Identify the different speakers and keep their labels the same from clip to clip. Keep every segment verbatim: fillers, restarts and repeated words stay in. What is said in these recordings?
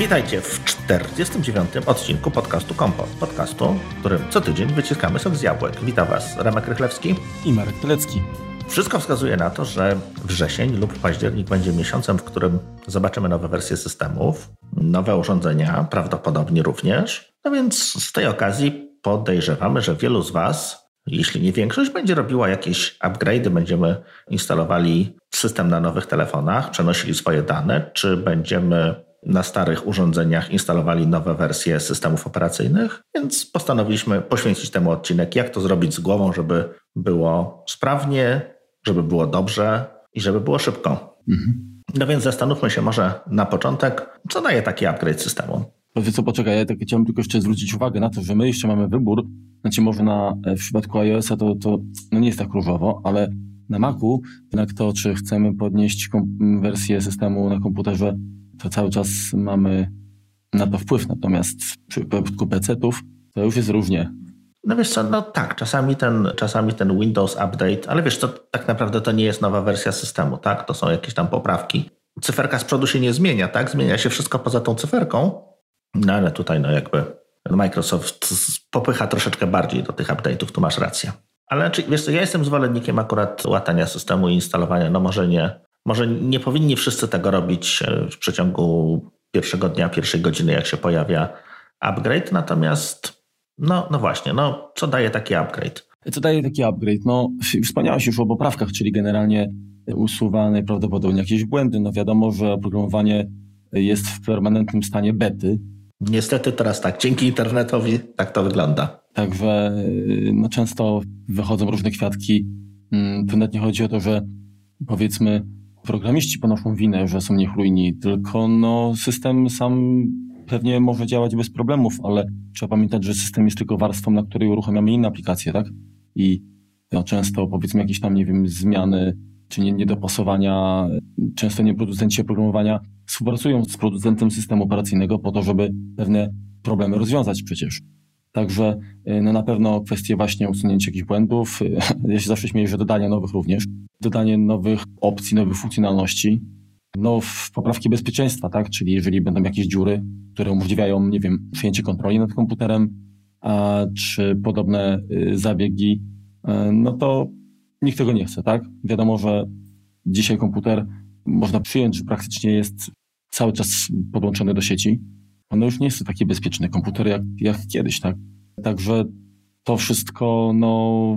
Speaker 1: Witajcie w czterdziestym dziewiątym odcinku podcastu Kompot. Podcastu, w którym co tydzień wyciskamy sok z jabłek. Witam Was Remek Rychlewski
Speaker 2: i Marek Pilecki.
Speaker 1: Wszystko wskazuje na to, że wrzesień lub październik będzie miesiącem, w którym zobaczymy nowe wersje systemów, nowe urządzenia, prawdopodobnie również. No więc z tej okazji podejrzewamy, że wielu z Was, jeśli nie większość, będzie robiła jakieś upgrade'y, będziemy instalowali system na nowych telefonach, przenosili swoje dane, czy będziemy na starych urządzeniach instalowali nowe wersje systemów operacyjnych, więc postanowiliśmy poświęcić temu odcinek, jak to zrobić z głową, żeby było sprawnie, żeby było dobrze i żeby było szybko. Mhm. No więc zastanówmy się może na początek, co daje taki upgrade systemu.
Speaker 2: Powiedz co, poczekaj, ja tak chciałem tylko jeszcze zwrócić uwagę na to, że my jeszcze mamy wybór, znaczy może na, w przypadku iOS-a to, to no nie jest tak różowo, ale na Macu, jednak to, czy chcemy podnieść kom- wersję systemu na komputerze, to cały czas mamy na to wpływ, natomiast w przypadku pecetów to już jest różnie.
Speaker 1: No wiesz co, no tak, czasami ten, czasami ten Windows Update, ale wiesz co, tak naprawdę to nie jest nowa wersja systemu, tak? To są jakieś tam poprawki. Cyferka z przodu się nie zmienia, tak? Zmienia się wszystko poza tą cyferką, no ale tutaj no jakby Microsoft popycha troszeczkę bardziej do tych update'ów, tu masz rację. Ale czy, wiesz co, ja jestem zwolennikiem akurat łatania systemu i instalowania, no może nie, może nie powinni wszyscy tego robić w przeciągu pierwszego dnia, pierwszej godziny, jak się pojawia upgrade, natomiast no, no właśnie, no co daje taki upgrade?
Speaker 2: Co daje taki upgrade? No wspomniałeś już o poprawkach, czyli generalnie usuwa najprawdopodobniej jakieś błędy. No wiadomo, że oprogramowanie jest w permanentnym stanie bety.
Speaker 1: Niestety teraz tak, dzięki internetowi tak to wygląda.
Speaker 2: Także no, często wychodzą różne kwiatki. To nawet nie chodzi o to, że powiedzmy programiści ponoszą winę, że są niechlujni, tylko no, system sam pewnie może działać bez problemów, ale trzeba pamiętać, że system jest tylko warstwą, na której uruchamiamy inne aplikacje, tak? I no, często powiedzmy jakieś tam, nie wiem, zmiany czy nie, niedopasowania, często nie producenci oprogramowania współpracują z producentem systemu operacyjnego po to, żeby pewne problemy rozwiązać przecież. Także no na pewno kwestie właśnie usunięcia jakichś błędów. Ja się zawsze śmieję, że dodanie nowych również. Dodanie nowych opcji, nowych funkcjonalności. No w poprawki bezpieczeństwa, tak? Czyli jeżeli będą jakieś dziury, które umożliwiają, nie wiem, przyjęcie kontroli nad komputerem, a, czy podobne y, zabiegi, y, no to nikt tego nie chce, tak? Wiadomo, że dzisiaj komputer można przyjąć, że praktycznie jest cały czas podłączony do sieci. One już nie jest to takie bezpieczne komputery jak, jak kiedyś, tak? Także to wszystko no,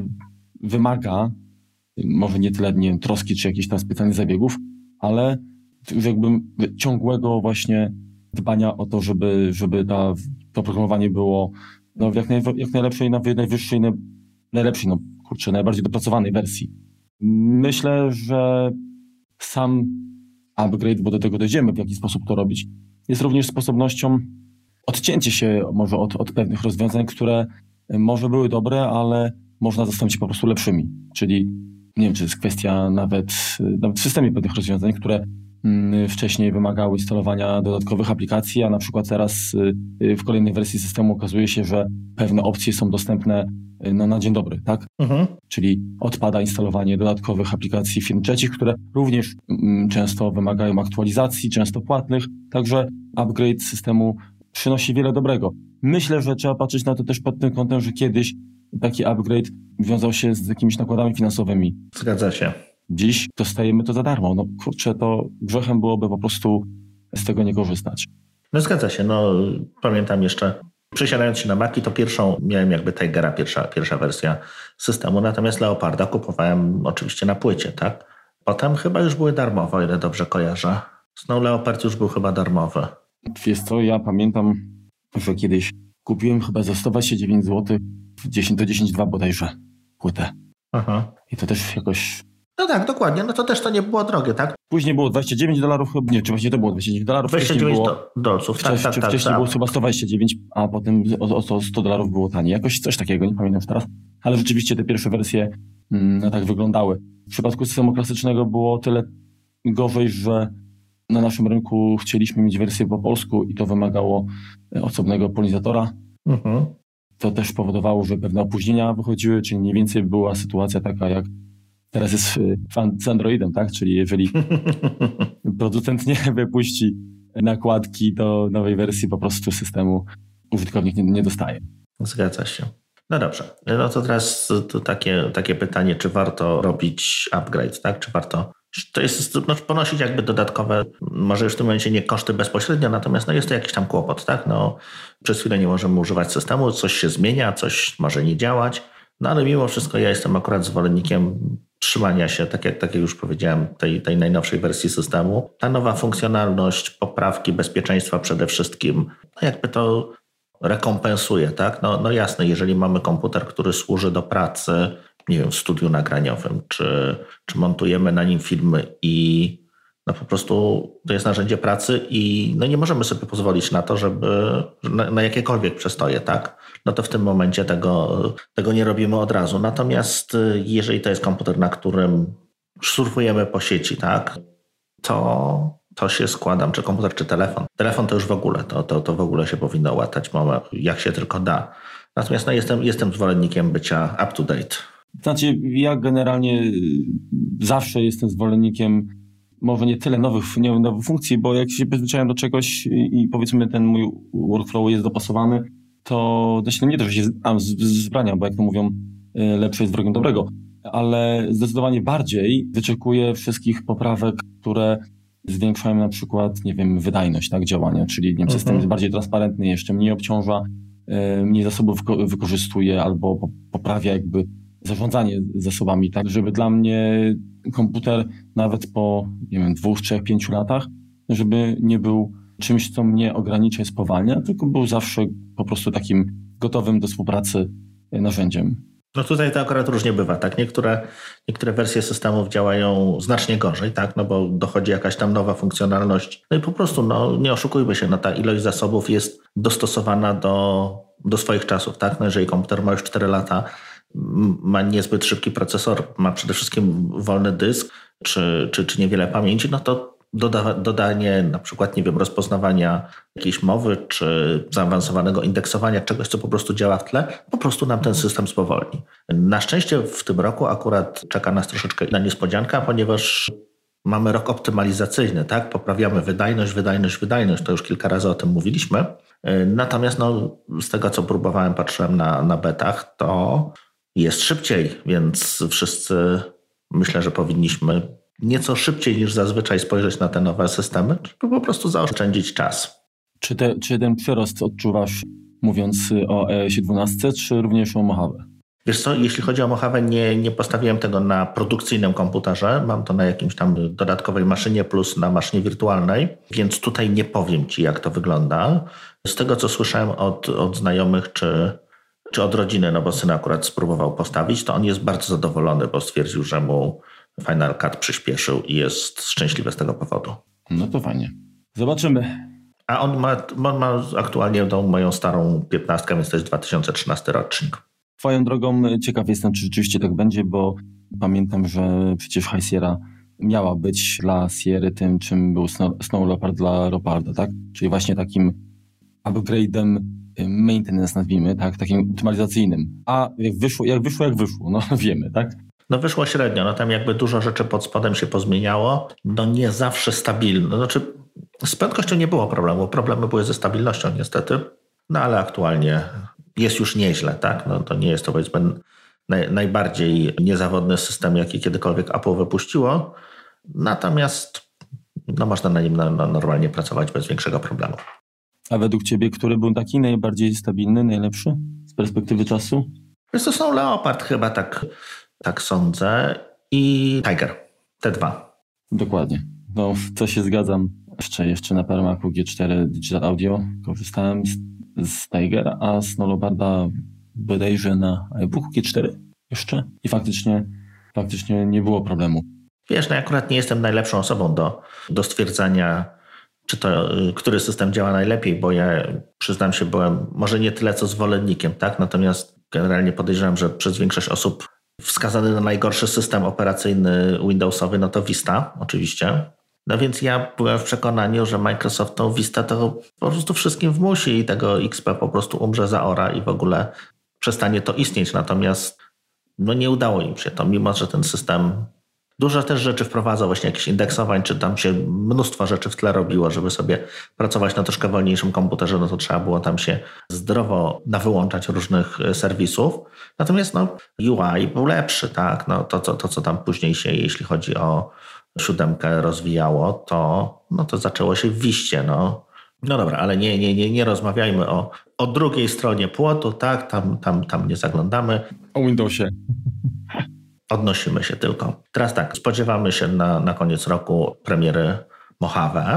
Speaker 2: wymaga może nie tyle nie wiem, troski czy jakichś tam specjalnych zabiegów, ale jakby ciągłego właśnie dbania o to, żeby, żeby ta, to oprogramowanie było no, w jak, naj, jak najlepszej, najwyższej, najlepszej, no kurczę, najbardziej dopracowanej wersji. Myślę, że sam upgrade, bo do tego dojdziemy, w jaki sposób to robić, jest również sposobnością odcięcia się może od, od pewnych rozwiązań, które może były dobre, ale można zastąpić po prostu lepszymi. Czyli nie wiem, czy jest kwestia nawet, nawet w systemie pewnych rozwiązań, które mm, wcześniej wymagały instalowania dodatkowych aplikacji, a na przykład teraz y, w kolejnej wersji systemu okazuje się, że pewne opcje są dostępne y, no, na dzień dobry, tak? Mhm. Czyli odpada instalowanie dodatkowych aplikacji firm trzecich, które również mm, często wymagają aktualizacji, często płatnych, także upgrade systemu przynosi wiele dobrego. Myślę, że trzeba patrzeć na to też pod tym kątem, że kiedyś taki upgrade wiązał się z jakimiś nakładami finansowymi.
Speaker 1: Zgadza się.
Speaker 2: Dziś dostajemy to za darmo. No kurczę, to grzechem byłoby po prostu z tego nie korzystać.
Speaker 1: No zgadza się. No pamiętam jeszcze, przesiadając się na Maci, to pierwszą miałem jakby Tigera, pierwsza, pierwsza wersja systemu, natomiast Leoparda kupowałem oczywiście na płycie, tak? Potem chyba już były darmowe, o ile dobrze kojarzę. Snow Leopard już był chyba darmowy.
Speaker 2: Wiesz co, ja pamiętam, że kiedyś kupiłem chyba za sto dwadzieścia dziewięć złotych dziesięć do dziesięć dwa bodajże płytę. Aha. I to też jakoś...
Speaker 1: No tak, dokładnie. No to też to nie było drogie, tak?
Speaker 2: Później było dwadzieścia dziewięć dolarów, nie, czy właśnie to było dwadzieścia dziewięć dolarów.
Speaker 1: dwadzieścia dziewięć do, dolców, tak,
Speaker 2: wcześniej,
Speaker 1: tak, tak.
Speaker 2: Wcześniej
Speaker 1: tak.
Speaker 2: było chyba sto dwadzieścia dziewięć, a potem o, o sto dolarów było taniej. Jakoś coś takiego, nie pamiętam już teraz. Ale rzeczywiście te pierwsze wersje mm, no, tak wyglądały. W przypadku systemu klasycznego było tyle gorzej, że na naszym rynku chcieliśmy mieć wersję po polsku i to wymagało osobnego polinizatora. Mhm. To też powodowało, że pewne opóźnienia wychodziły, czyli mniej więcej była sytuacja taka, jak teraz jest z Androidem, tak? Czyli jeżeli producent nie wypuści nakładki do nowej wersji po prostu systemu użytkownik nie, nie dostaje.
Speaker 1: Zgadza się. No dobrze, no to teraz to takie, takie pytanie, czy warto robić upgrade, tak? Czy warto, to jest, no, ponosić jakby dodatkowe, może już w tym momencie nie koszty bezpośrednio, natomiast no jest to jakiś tam kłopot, tak? No, przez chwilę nie możemy używać systemu, coś się zmienia, coś może nie działać, no ale mimo wszystko ja jestem akurat zwolennikiem trzymania się, tak jak, tak jak już powiedziałem, tej, tej najnowszej wersji systemu. Ta nowa funkcjonalność, poprawki bezpieczeństwa przede wszystkim, no jakby to rekompensuje, tak? No, no jasne, jeżeli mamy komputer, który służy do pracy, nie wiem, w studiu nagraniowym, czy, czy montujemy na nim filmy i no po prostu to jest narzędzie pracy i no nie możemy sobie pozwolić na to, żeby na, na jakiekolwiek przestoje, tak? No to w tym momencie tego, tego nie robimy od razu. Natomiast jeżeli to jest komputer, na którym surfujemy po sieci, tak? To To się składam, czy komputer, czy telefon. Telefon to już w ogóle, to, to, to w ogóle się powinno łatać, jak się tylko da. Natomiast no jestem, jestem zwolennikiem bycia up to date.
Speaker 2: Znaczy, ja generalnie zawsze jestem zwolennikiem może nie tyle nowych, nie, nowych funkcji, bo jak się przyzwyczaiłem do czegoś i powiedzmy ten mój workflow jest dopasowany, to znaczy, nie to, że się zbrania, bo jak to mówią, lepsze jest wrogiem dobrego, ale zdecydowanie bardziej wyczekuję wszystkich poprawek, które zwiększają na przykład, nie wiem, wydajność tak, działania, czyli nie wiem, system mhm. jest bardziej transparentny, jeszcze mniej obciąża, mniej zasobów wykorzystuje albo poprawia jakby zarządzanie zasobami, tak, żeby dla mnie komputer nawet po, nie wiem, dwóch, trzech, pięciu latach, żeby nie był czymś, co mnie ogranicza i spowalnia, tylko był zawsze po prostu takim gotowym do współpracy narzędziem.
Speaker 1: No tutaj to akurat różnie bywa, tak? Niektóre, niektóre wersje systemów działają znacznie gorzej, tak? No bo dochodzi jakaś tam nowa funkcjonalność. No i po prostu, no nie oszukujmy się, no ta ilość zasobów jest dostosowana do, do swoich czasów, tak? No jeżeli komputer ma już cztery lata, ma niezbyt szybki procesor, ma przede wszystkim wolny dysk, czy, czy, czy niewiele pamięci, no to Doda, dodanie na przykład, nie wiem, rozpoznawania jakiejś mowy, czy zaawansowanego indeksowania czegoś, co po prostu działa w tle, po prostu nam ten system spowolni. Na szczęście w tym roku akurat czeka nas troszeczkę inna niespodzianka, ponieważ mamy rok optymalizacyjny, tak? Poprawiamy wydajność, wydajność, wydajność, to już kilka razy o tym mówiliśmy. Natomiast no, z tego, co próbowałem, patrzyłem na, na betach, to jest szybciej, więc wszyscy myślę, że powinniśmy nieco szybciej niż zazwyczaj spojrzeć na te nowe systemy, żeby po prostu zaoszczędzić czas.
Speaker 2: Czy, te, czy ten przyrost odczuwasz mówiąc o E S dwanaście, czy również o Mojave?
Speaker 1: Wiesz co, jeśli chodzi o Mojave, nie, nie postawiłem tego na produkcyjnym komputerze, mam to na jakimś tam dodatkowej maszynie plus na maszynie wirtualnej, więc tutaj nie powiem Ci, jak to wygląda. Z tego, co słyszałem od, od znajomych, czy, czy od rodziny, no bo syn akurat spróbował postawić, to on jest bardzo zadowolony, bo stwierdził, że mu Final Cut przyspieszył i jest szczęśliwy z tego powodu.
Speaker 2: No to fajnie. Zobaczymy.
Speaker 1: A on ma, on ma aktualnie tą moją starą piętnastkę, więc to jest dwa tysiące trzynasty rocznik.
Speaker 2: Swoją drogą ciekaw jestem, czy rzeczywiście tak będzie, bo pamiętam, że przecież High Sierra miała być dla Sierry tym, czym był Snow, Snow Leopard dla Leoparda, tak? Czyli właśnie takim upgrade'em maintenance, nazwijmy, tak? Takim optymalizacyjnym. A jak wyszło, jak wyszło, jak wyszło, no wiemy, tak?
Speaker 1: No wyszło średnio, no tam jakby dużo rzeczy pod spodem się pozmieniało, no nie zawsze stabilne. Znaczy z prędkością nie było problemu, problemy były ze stabilnością niestety, no ale aktualnie jest już nieźle, tak? No to nie jest to powiedzmy naj, najbardziej niezawodny system, jaki kiedykolwiek Apple wypuściło, natomiast no można na nim na, na normalnie pracować bez większego problemu.
Speaker 2: A według Ciebie, który był taki najbardziej stabilny, najlepszy z perspektywy czasu?
Speaker 1: To są Leopard chyba, tak, tak sądzę, i Tiger, te dwa.
Speaker 2: Dokładnie. No, to się zgadzam. Jeszcze, jeszcze na Paramacu G cztery Digital Audio korzystałem z, z Tigera, a z Leoparda bodajże na iBooku G cztery jeszcze i faktycznie, faktycznie nie było problemu.
Speaker 1: Wiesz, no ja akurat nie jestem najlepszą osobą do, do stwierdzania, czy to, który system działa najlepiej, bo ja przyznam się, byłem może nie tyle co zwolennikiem, tak? Natomiast generalnie podejrzewam, że przez większość osób wskazany na najgorszy system operacyjny Windowsowy, no to Vista oczywiście. No więc ja byłem w przekonaniu, że Microsoft tą Vista to po prostu wszystkim wmusi i tego X P po prostu umrze za ora i w ogóle przestanie to istnieć. Natomiast no nie udało im się to, mimo że ten system Dużo też rzeczy wprowadzał, właśnie jakichś indeksowań, czy tam się mnóstwo rzeczy w tle robiło, żeby sobie pracować na troszkę wolniejszym komputerze, no to trzeba było tam się zdrowo nawyłączać różnych serwisów. Natomiast no, U I był lepszy, tak? No, to, to, to, co tam później się, jeśli chodzi o siódemkę rozwijało, to, no, to zaczęło się w wiście, no. No dobra, ale nie, nie, nie, nie rozmawiajmy o, o drugiej stronie płotu, tak? Tam, tam, tam nie zaglądamy.
Speaker 2: O Windowsie.
Speaker 1: Odnosimy się tylko. Teraz tak, spodziewamy się na, na koniec roku premiery Mojave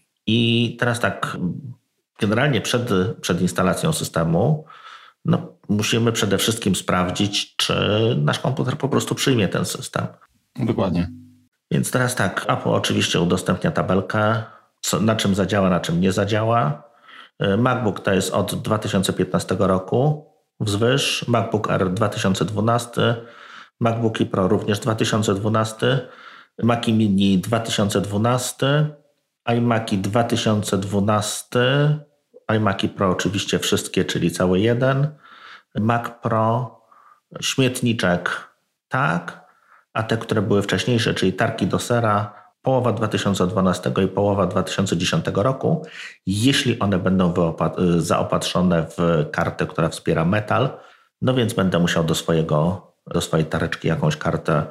Speaker 1: i teraz tak, generalnie przed, przed instalacją systemu no, musimy przede wszystkim sprawdzić, czy nasz komputer po prostu przyjmie ten system.
Speaker 2: Dokładnie.
Speaker 1: Więc teraz tak, Apple oczywiście udostępnia tabelkę, co, na czym zadziała, na czym nie zadziała. MacBook to jest od dwa tysiące piętnastego roku wzwyż, MacBook Air dwa tysiące dwunasty, MacBooki Pro również dwa tysiące dwunasty, Maci Mini dwa tysiące dwunasty, iMaci dwa tysiące dwunasty, iMaci Pro oczywiście wszystkie, czyli cały jeden, Mac Pro, śmietniczek tak, a te, które były wcześniejsze, czyli tarki do sera, połowa dwa tysiące dwunastego i połowa dwa tysiące dziesiątego roku, jeśli one będą wyopat- zaopatrzone w kartę, która wspiera metal, no więc będę musiał do swojego do swojej tareczki jakąś kartę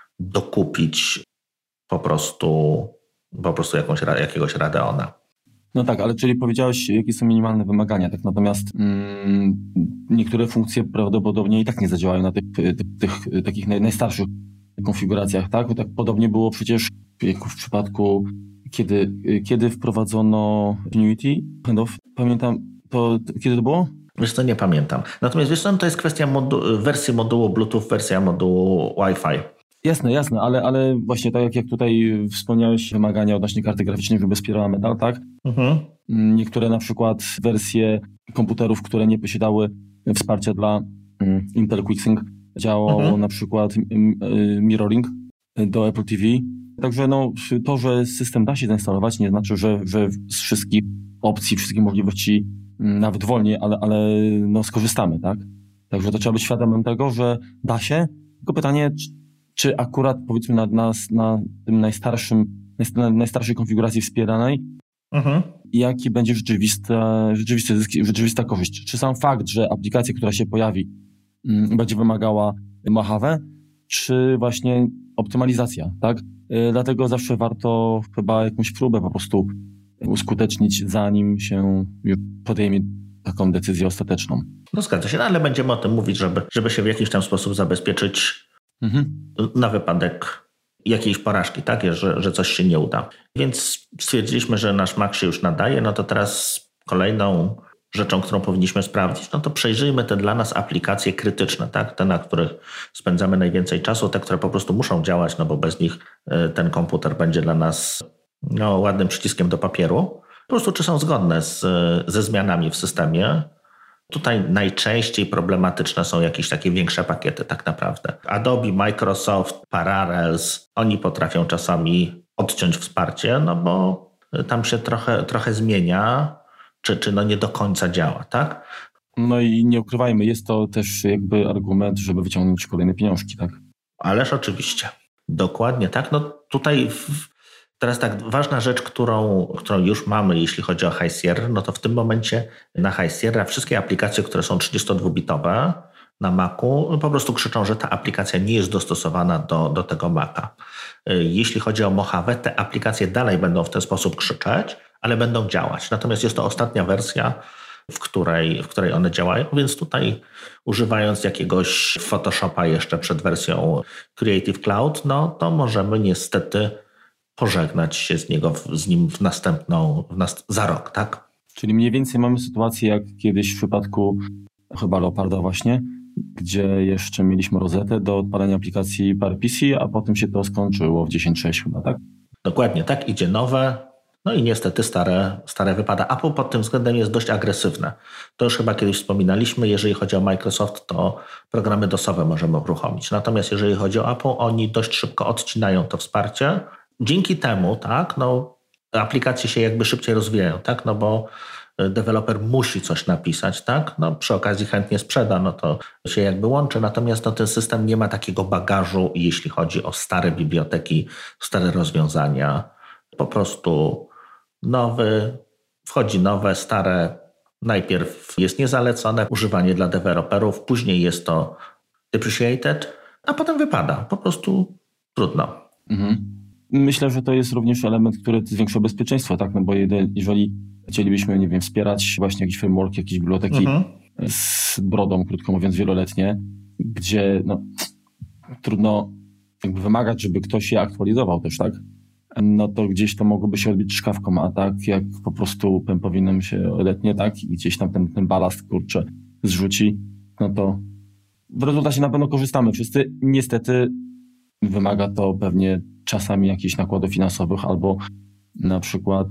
Speaker 1: dokupić po prostu, po prostu jakąś, jakiegoś Radeona.
Speaker 2: No tak, ale czyli powiedziałeś, jakie są minimalne wymagania, tak natomiast mm, niektóre funkcje prawdopodobnie i tak nie zadziałają na tych, tych, tych takich naj, najstarszych konfiguracjach, tak? Tak podobnie było przecież jak w przypadku, kiedy, kiedy wprowadzono Continuity handoff, pamiętam, to kiedy to było?
Speaker 1: Wiesz co, nie pamiętam. Natomiast wiesz co, to jest kwestia modu- wersji modułu Bluetooth, wersja modułu Wi-Fi.
Speaker 2: Jasne, jasne, ale, ale właśnie tak jak tutaj wspomniałeś, wymagania odnośnie karty graficznej, żeby wspierała metal, tak? Mhm. Niektóre na przykład wersje komputerów, które nie posiadały wsparcia dla um, Intel QuickSync, działało mhm. na przykład mirroring do Apple T V. Także no, to, że system da się zainstalować, nie znaczy, że, że z wszystkich opcji, wszystkich możliwości nawet wolniej, ale, ale no skorzystamy, tak? Także to trzeba być świadomym tego, że da się. Tylko pytanie, czy, czy akurat powiedzmy na, na, na tym najstarszym, na najstarszej konfiguracji wspieranej, mhm. jaki będzie rzeczywista, rzeczywisty zysk, rzeczywista korzyść? Czy sam fakt, że aplikacja, która się pojawi, m, będzie wymagała Mojave, czy właśnie optymalizacja, tak? Yy, dlatego zawsze warto chyba jakąś próbę po prostu uskutecznić, zanim się już podejmie taką decyzję ostateczną.
Speaker 1: No zgadza się, no, ale będziemy o tym mówić, żeby, żeby się w jakiś tam sposób zabezpieczyć mhm. na wypadek jakiejś porażki, tak, że, że coś się nie uda. Więc stwierdziliśmy, że nasz Mac się już nadaje, no to teraz kolejną rzeczą, którą powinniśmy sprawdzić, no to przejrzyjmy te dla nas aplikacje krytyczne, tak, te, na których spędzamy najwięcej czasu, te, które po prostu muszą działać, no bo bez nich ten komputer będzie dla nas no, ładnym przyciskiem do papieru. Po prostu czy są zgodne z, ze zmianami w systemie. Tutaj najczęściej problematyczne są jakieś takie większe pakiety tak naprawdę. Adobe, Microsoft, Parallels, oni potrafią czasami odciąć wsparcie, no bo tam się trochę, trochę zmienia, czy, czy no nie do końca działa, tak?
Speaker 2: No i nie ukrywajmy, jest to też jakby argument, żeby wyciągnąć kolejne pieniążki, tak?
Speaker 1: Ależ oczywiście. Dokładnie tak. No tutaj w, teraz tak, ważna rzecz, którą, którą już mamy, jeśli chodzi o High Sierra, no to w tym momencie na High Sierra wszystkie aplikacje, które są trzydziestodwubitowe na Macu, po prostu krzyczą, że ta aplikacja nie jest dostosowana do, do tego Maca. Jeśli chodzi o Mojave, te aplikacje dalej będą w ten sposób krzyczeć, ale będą działać. Natomiast jest to ostatnia wersja, w której, w której one działają, więc tutaj używając jakiegoś Photoshopa jeszcze przed wersją Creative Cloud, no to możemy niestety pożegnać się z niego, z nim w następną, w nast- za rok, tak?
Speaker 2: Czyli mniej więcej mamy sytuację jak kiedyś w przypadku chyba Leoparda właśnie, gdzie jeszcze mieliśmy rozetę do odpalania aplikacji PowerPC, a potem się to skończyło w dziesięć sześć chyba, tak?
Speaker 1: Dokładnie, tak, idzie nowe, no i niestety stare, stare wypada. Apple pod tym względem jest dość agresywne. To już chyba kiedyś wspominaliśmy, jeżeli chodzi o Microsoft, to programy dosowe możemy uruchomić. Natomiast jeżeli chodzi o Apple, oni dość szybko odcinają to wsparcie. Dzięki temu, tak, no aplikacje się jakby szybciej rozwijają, tak, no bo deweloper musi coś napisać, tak? No, przy okazji chętnie sprzeda, no to się jakby łączy, natomiast no, ten system nie ma takiego bagażu, jeśli chodzi o stare biblioteki, stare rozwiązania. Po prostu nowy, wchodzi nowe, stare, najpierw jest niezalecone używanie dla deweloperów, później jest to depreciated, a potem wypada. Po prostu trudno.
Speaker 2: Mhm. Myślę, że to jest również element, który zwiększa bezpieczeństwo, tak? No bo jeżeli chcielibyśmy, nie wiem, wspierać właśnie jakiś framework, jakieś biblioteki mhm. z brodą, krótko mówiąc, wieloletnie, gdzie no, trudno jakby wymagać, żeby ktoś je aktualizował też, tak? No to gdzieś to mogłoby się odbić szkawką, a tak jak po prostu powinnam się odetnie, tak? I gdzieś tam ten, ten balast, kurczę, zrzuci, no to w rezultacie na pewno korzystamy wszyscy. Niestety wymaga to pewnie czasami jakichś nakładów finansowych albo na przykład,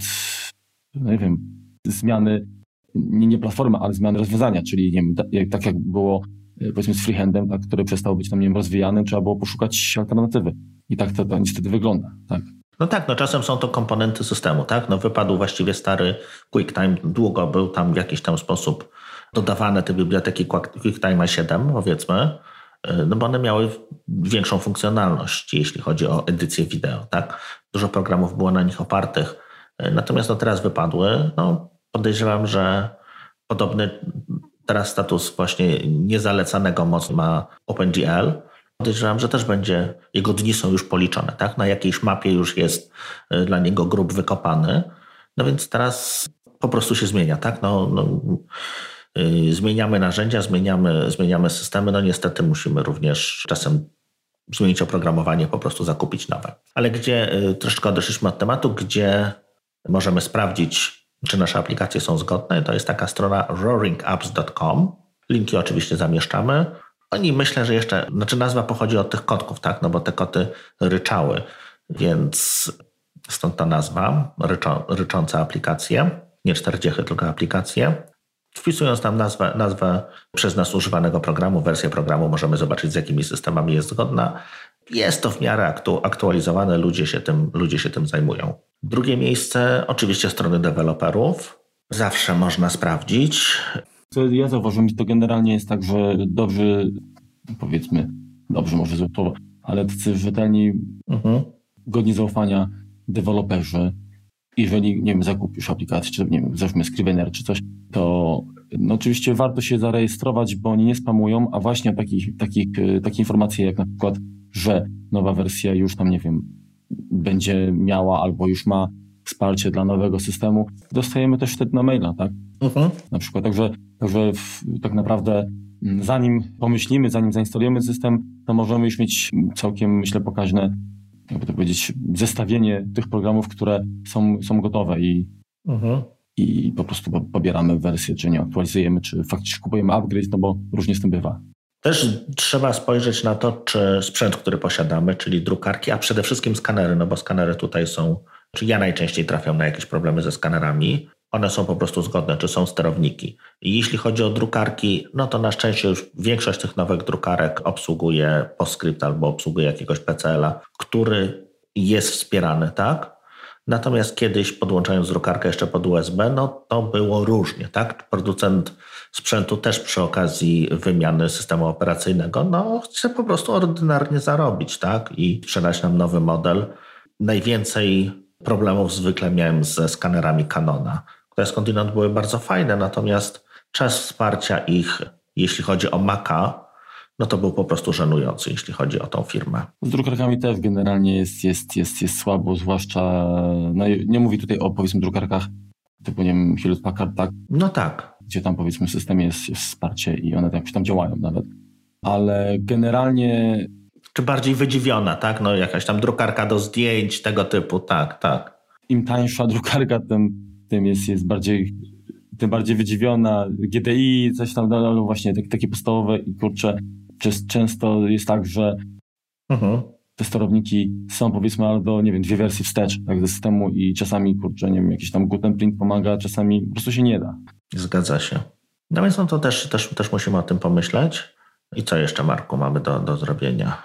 Speaker 2: no nie wiem, zmiany, nie, nie platformy, ale zmiany rozwiązania, czyli nie wiem, tak, tak jak było powiedzmy z freehandem, tak, który przestał być tam nie wiem, rozwijany, trzeba było poszukać alternatywy. I tak to, to niestety wygląda. Tak.
Speaker 1: No tak, no czasem są to komponenty systemu, tak? No wypadł właściwie stary QuickTime, długo był tam w jakiś tam sposób dodawane te biblioteki QuickTime siedem, powiedzmy, no bo one miały większą funkcjonalność, jeśli chodzi o edycję wideo, tak? Dużo programów było na nich opartych, natomiast no teraz wypadły. No podejrzewam, że podobny teraz status właśnie niezalecanego mocno ma OpenGL. Podejrzewam, że też będzie, jego dni są już policzone, tak? Na jakiejś mapie już jest dla niego grób wykopany, no więc teraz po prostu się zmienia, tak? No, no yy, zmieniamy narzędzia, zmieniamy, zmieniamy systemy, no niestety musimy również czasem zmienić oprogramowanie, po prostu zakupić nowe. Ale gdzie, yy, troszeczkę odeszliśmy od tematu, gdzie możemy sprawdzić, czy nasze aplikacje są zgodne, to jest taka strona roaring apps kropka com. Linki oczywiście zamieszczamy. Oni myślę, że jeszcze, znaczy nazwa pochodzi od tych kotków, tak? No bo te koty ryczały, więc stąd ta nazwa, ryczą, ryczące aplikacje, nie czterdziechy, tylko aplikacje. Wpisując tam nazwę, nazwę przez nas używanego programu, wersję programu, możemy zobaczyć, z jakimi systemami jest zgodna. Jest to w miarę aktu, aktualizowane, ludzie się, tym, ludzie się tym zajmują. Drugie miejsce, oczywiście strony deweloperów. Zawsze można sprawdzić.
Speaker 2: Co ja zauważyłem, to generalnie jest tak, że dobrzy, powiedzmy, dobrze może złe słowo, ale tacy rzetelni, mhm. godni zaufania deweloperzy, jeżeli, nie wiem, zakupisz aplikację, czy nie wiem, załóżmy Scrivener czy coś, to no oczywiście warto się zarejestrować, bo oni nie spamują, a właśnie takich, takich, takie informacje jak na przykład, że nowa wersja już tam, nie wiem, będzie miała albo już ma wsparcie dla nowego systemu, dostajemy też wtedy na maila, tak? Uh-huh. Na przykład, także, także w, tak naprawdę zanim pomyślimy, zanim zainstalujemy system, to możemy już mieć całkiem, myślę, pokaźne, jakby to powiedzieć, zestawienie tych programów, które są, są gotowe i, uh-huh. i po prostu pobieramy wersję, czy nie aktualizujemy, czy faktycznie kupujemy upgrade, no bo różnie z tym bywa.
Speaker 1: Też trzeba spojrzeć na to, czy sprzęt, który posiadamy, czyli drukarki, a przede wszystkim skanery, no bo skanery tutaj są, czy ja najczęściej trafiam na jakieś problemy ze skanerami, one są po prostu zgodne, czy są sterowniki. I jeśli chodzi o drukarki, no to na szczęście już większość tych nowych drukarek obsługuje PostScript albo obsługuje jakiegoś P C L-a, który jest wspierany, tak? Natomiast kiedyś podłączając drukarkę jeszcze pod U S B, no to było różnie, tak? Producent sprzętu też przy okazji wymiany systemu operacyjnego, no chce po prostu ordynarnie zarobić, tak? I sprzedać nam nowy model. Najwięcej problemów zwykle miałem ze skanerami Canona, które skądinąd były bardzo fajne, natomiast czas wsparcia ich, jeśli chodzi o Maca, no to był po prostu żenujący, jeśli chodzi o tą firmę.
Speaker 2: Z drukarkami też generalnie jest, jest, jest, jest słabo, zwłaszcza, no nie mówię tutaj o, powiedzmy, drukarkach typu, nie wiem, Hewlett Packard, tak?
Speaker 1: No tak.
Speaker 2: Gdzie tam, powiedzmy, w systemie jest, jest wsparcie i one tam, tam działają nawet. Ale generalnie...
Speaker 1: Czy bardziej wydziwiona, tak? No jakaś tam drukarka do zdjęć, tego typu, tak, tak.
Speaker 2: Im tańsza drukarka, tym, tym jest, jest bardziej... tym bardziej wydziwiona. G D I, coś tam, no właśnie, takie, takie podstawowe i kurczę, często jest tak, że uh-huh. te sterowniki są, powiedzmy, albo, nie wiem, dwie wersje wstecz tak, ze systemu i czasami, kurczę, nie wiem, jakiś tam Gutenprint pomaga, czasami po prostu się nie da.
Speaker 1: Zgadza się. No więc no to też, też, też musimy o tym pomyśleć. I co jeszcze, Marku, mamy do, do zrobienia?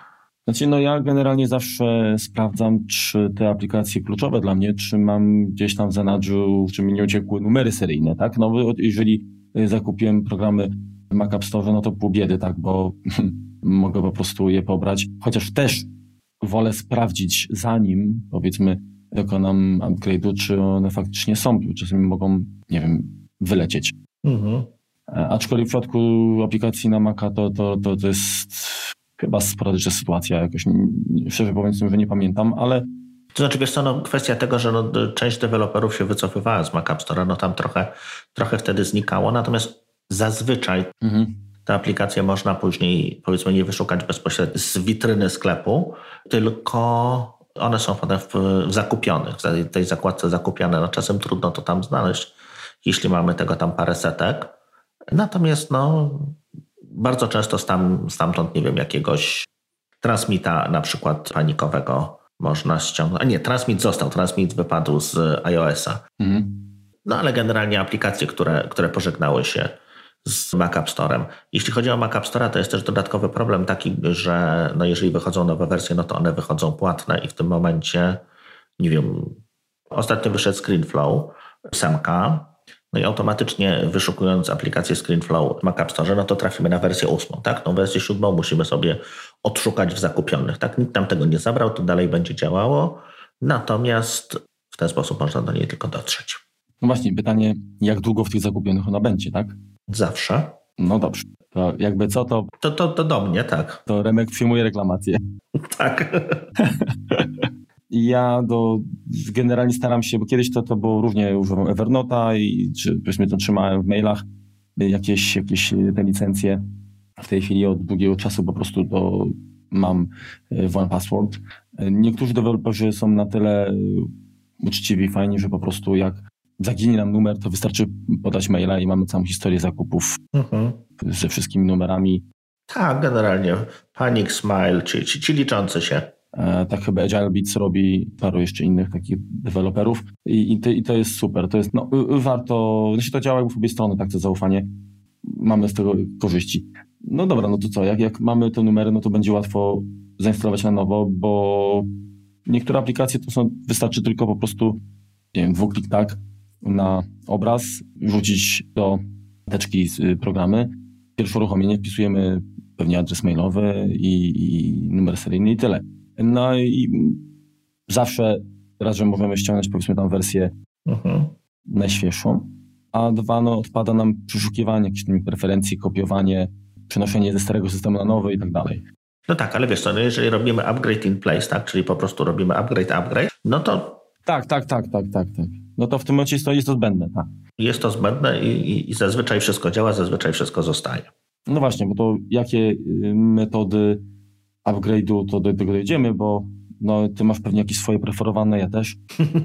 Speaker 2: Znaczy, no ja generalnie zawsze sprawdzam, czy te aplikacje kluczowe dla mnie, czy mam gdzieś tam w zanadrzu, czy mi nie uciekły numery seryjne, tak? No bo jeżeli zakupiłem programy w Mac App Store, no to pół biedy, tak? Bo mogę po prostu je pobrać, chociaż też wolę sprawdzić, zanim, powiedzmy, dokonam upgrade'u, czy one faktycznie są. Czasami mogą, nie wiem, wylecieć. Mhm. Aczkolwiek w przypadku aplikacji na Maca to, to, to, to jest chyba sporadyczna sytuacja. Jakoś, szczerze mówiąc, że nie pamiętam, ale...
Speaker 1: To znaczy, wiesz co, no, kwestia tego, że no, część deweloperów się wycofywała z Mac App Store'a, no tam trochę, trochę wtedy znikało, natomiast zazwyczaj mhm. te aplikacje można później, powiedzmy, nie wyszukać bezpośrednio z witryny sklepu, tylko one są potem w, w zakupionych, w tej zakładce zakupione. No czasem trudno to tam znaleźć, jeśli mamy tego tam parę setek. Natomiast no, bardzo często stam, stamtąd, nie wiem, jakiegoś transmita na przykład panikowego można ściągnąć. A nie, transmit został, transmit wypadł z iOS-a. Mhm. No ale generalnie aplikacje, które, które pożegnały się z Mac App Store'em. Jeśli chodzi o Mac App Store'a, to jest też dodatkowy problem taki, że no jeżeli wychodzą nowe wersje, no to one wychodzą płatne i w tym momencie, nie wiem, ostatnio wyszedł ScreenFlow, ósemka, no i automatycznie wyszukując aplikację ScreenFlow w Mac App Store, no to trafimy na wersję ósmą, tak? Tą wersję siódmą musimy sobie odszukać w zakupionych, tak? Nikt nam tego nie zabrał, to dalej będzie działało, natomiast w ten sposób można do niej tylko dotrzeć.
Speaker 2: No właśnie, pytanie, jak długo w tych zakupionych ona będzie, tak?
Speaker 1: Zawsze.
Speaker 2: No dobrze. To jakby co, to...
Speaker 1: To, to, to do mnie, tak.
Speaker 2: To Remek przyjmuje reklamację.
Speaker 1: Tak.
Speaker 2: Ja do, generalnie staram się, bo kiedyś to, to było różnie, używam Evernota i czy powiedzmy to trzymałem w mailach jakieś, jakieś te licencje. W tej chwili od długiego czasu po prostu to mam w one password. Niektórzy deweloperzy są na tyle uczciwi i fajni, że po prostu jak zaginie nam numer, to wystarczy podać maila i mamy całą historię zakupów mhm. ze wszystkimi numerami.
Speaker 1: Tak, generalnie Panic, Smile, ci, ci, ci liczący się.
Speaker 2: E, tak chyba Agile Beats robi, paru jeszcze innych takich deweloperów i, i, to, i to jest super. To jest, no, warto, jeśli to działa w obie strony, tak to zaufanie, mamy z tego korzyści. No dobra, no to co, jak, jak mamy te numery, no to będzie łatwo zainstalować na nowo, bo niektóre aplikacje to są, wystarczy tylko po prostu, nie wiem, dwuklik tak na obraz, wrzucić do teczki z programy. Pierwsze uruchomienie wpisujemy pewnie adres mailowy i, i numer seryjny i tyle. No i zawsze raz, że możemy ściągnąć powiedzmy tam wersję uh-huh. najświeższą, a dwa, no odpada nam przeszukiwanie jakichś preferencji, kopiowanie, przenoszenie ze starego systemu na nowy i tak dalej.
Speaker 1: No tak, ale wiesz co, no jeżeli robimy upgrade in place, tak, czyli po prostu robimy upgrade, upgrade, no to...
Speaker 2: Tak, tak, tak, tak, tak, tak. No to w tym momencie jest to, jest to zbędne, tak.
Speaker 1: Jest to zbędne i, i, i zazwyczaj wszystko działa, zazwyczaj wszystko zostaje.
Speaker 2: No właśnie, bo to jakie metody upgrade'u to do tego dojdziemy, bo no, ty masz pewnie jakieś swoje preferowane, ja też.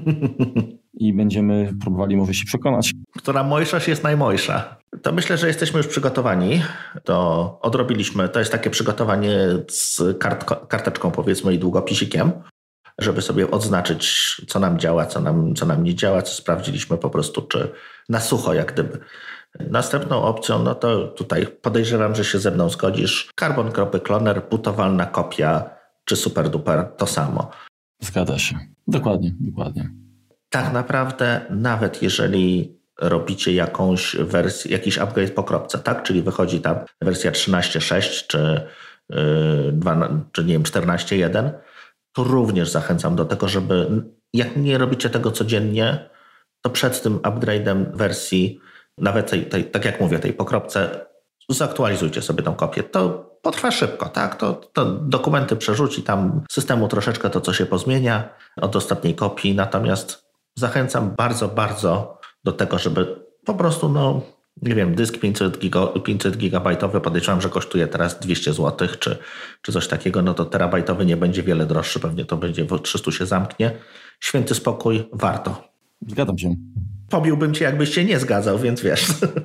Speaker 2: I będziemy próbowali może się przekonać.
Speaker 1: Która mojszość jest najmojsza. To myślę, że jesteśmy już przygotowani. To odrobiliśmy, to jest takie przygotowanie z kart, karteczką powiedzmy i długopisikiem, żeby sobie odznaczyć, co nam działa, co nam, co nam nie działa, co sprawdziliśmy po prostu, czy na sucho jak gdyby. Następną opcją, no to tutaj podejrzewam, że się ze mną zgodzisz. Carbon Cloner, butowalna kopia czy super duper, to samo.
Speaker 2: Zgadza się. Dokładnie, dokładnie.
Speaker 1: Tak naprawdę nawet jeżeli robicie jakąś wersję, jakiś upgrade po kropce, tak? Czyli wychodzi tam wersja trzynaście sześć czy, yy, dwa, czy nie wiem, czternaście jeden, to również zachęcam do tego, żeby jak nie robicie tego codziennie, to przed tym upgrade'em wersji, nawet tej, tej, tak jak mówię, tej po kropce, zaktualizujcie sobie tą kopię. To potrwa szybko, tak? To, to dokumenty przerzuci tam systemu troszeczkę to, co się pozmienia od ostatniej kopii, natomiast zachęcam bardzo, bardzo do tego, żeby po prostu, no nie wiem, dysk pięćset gigabajtowy, podejrzewam, że kosztuje teraz dwieście złotych, czy, czy coś takiego, no to terabajtowy nie będzie wiele droższy, pewnie to będzie w trzystu się zamknie. Święty spokój, warto.
Speaker 2: Zgadzam się.
Speaker 1: Pobiłbym cię, jakbyś się nie zgadzał, więc wiesz.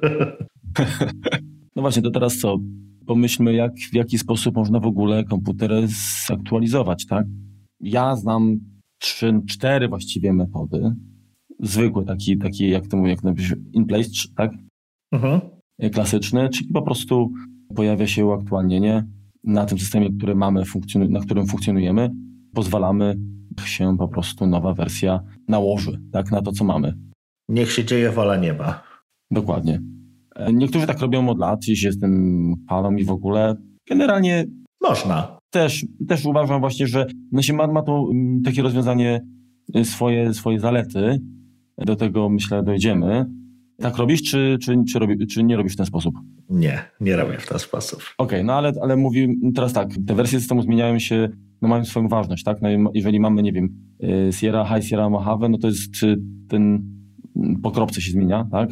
Speaker 2: No właśnie, to teraz co? Pomyślmy, jak, w jaki sposób można w ogóle komputer zaktualizować, tak? Ja znam trzy, cztery właściwie metody. Zwykłe, taki, taki jak to mówię, jak napisz, in place, tak? Mhm. Klasyczny, czyli po prostu pojawia się uaktualnienie na tym systemie, który mamy, funkcjonu- na którym funkcjonujemy, pozwalamy się po prostu nowa wersja nałoży, tak, na to, co mamy.
Speaker 1: Niech się dzieje wola nieba.
Speaker 2: Dokładnie. Niektórzy tak robią od lat, jeśli się z tym chwalą i w ogóle. Generalnie
Speaker 1: można.
Speaker 2: Też, też uważam właśnie, że no się ma, ma to takie rozwiązanie swoje, swoje zalety. Do tego, myślę, dojdziemy. Tak robisz, czy, czy, czy, robi, czy nie robisz w ten sposób?
Speaker 1: Nie, nie robię w ten sposób.
Speaker 2: Okej, okay, no ale, ale mówię teraz tak, te wersje systemu zmieniają się, no mają swoją ważność, tak? No jeżeli mamy, nie wiem, Sierra, High Sierra, Mojave, no to jest ten po kropce się zmienia, tak?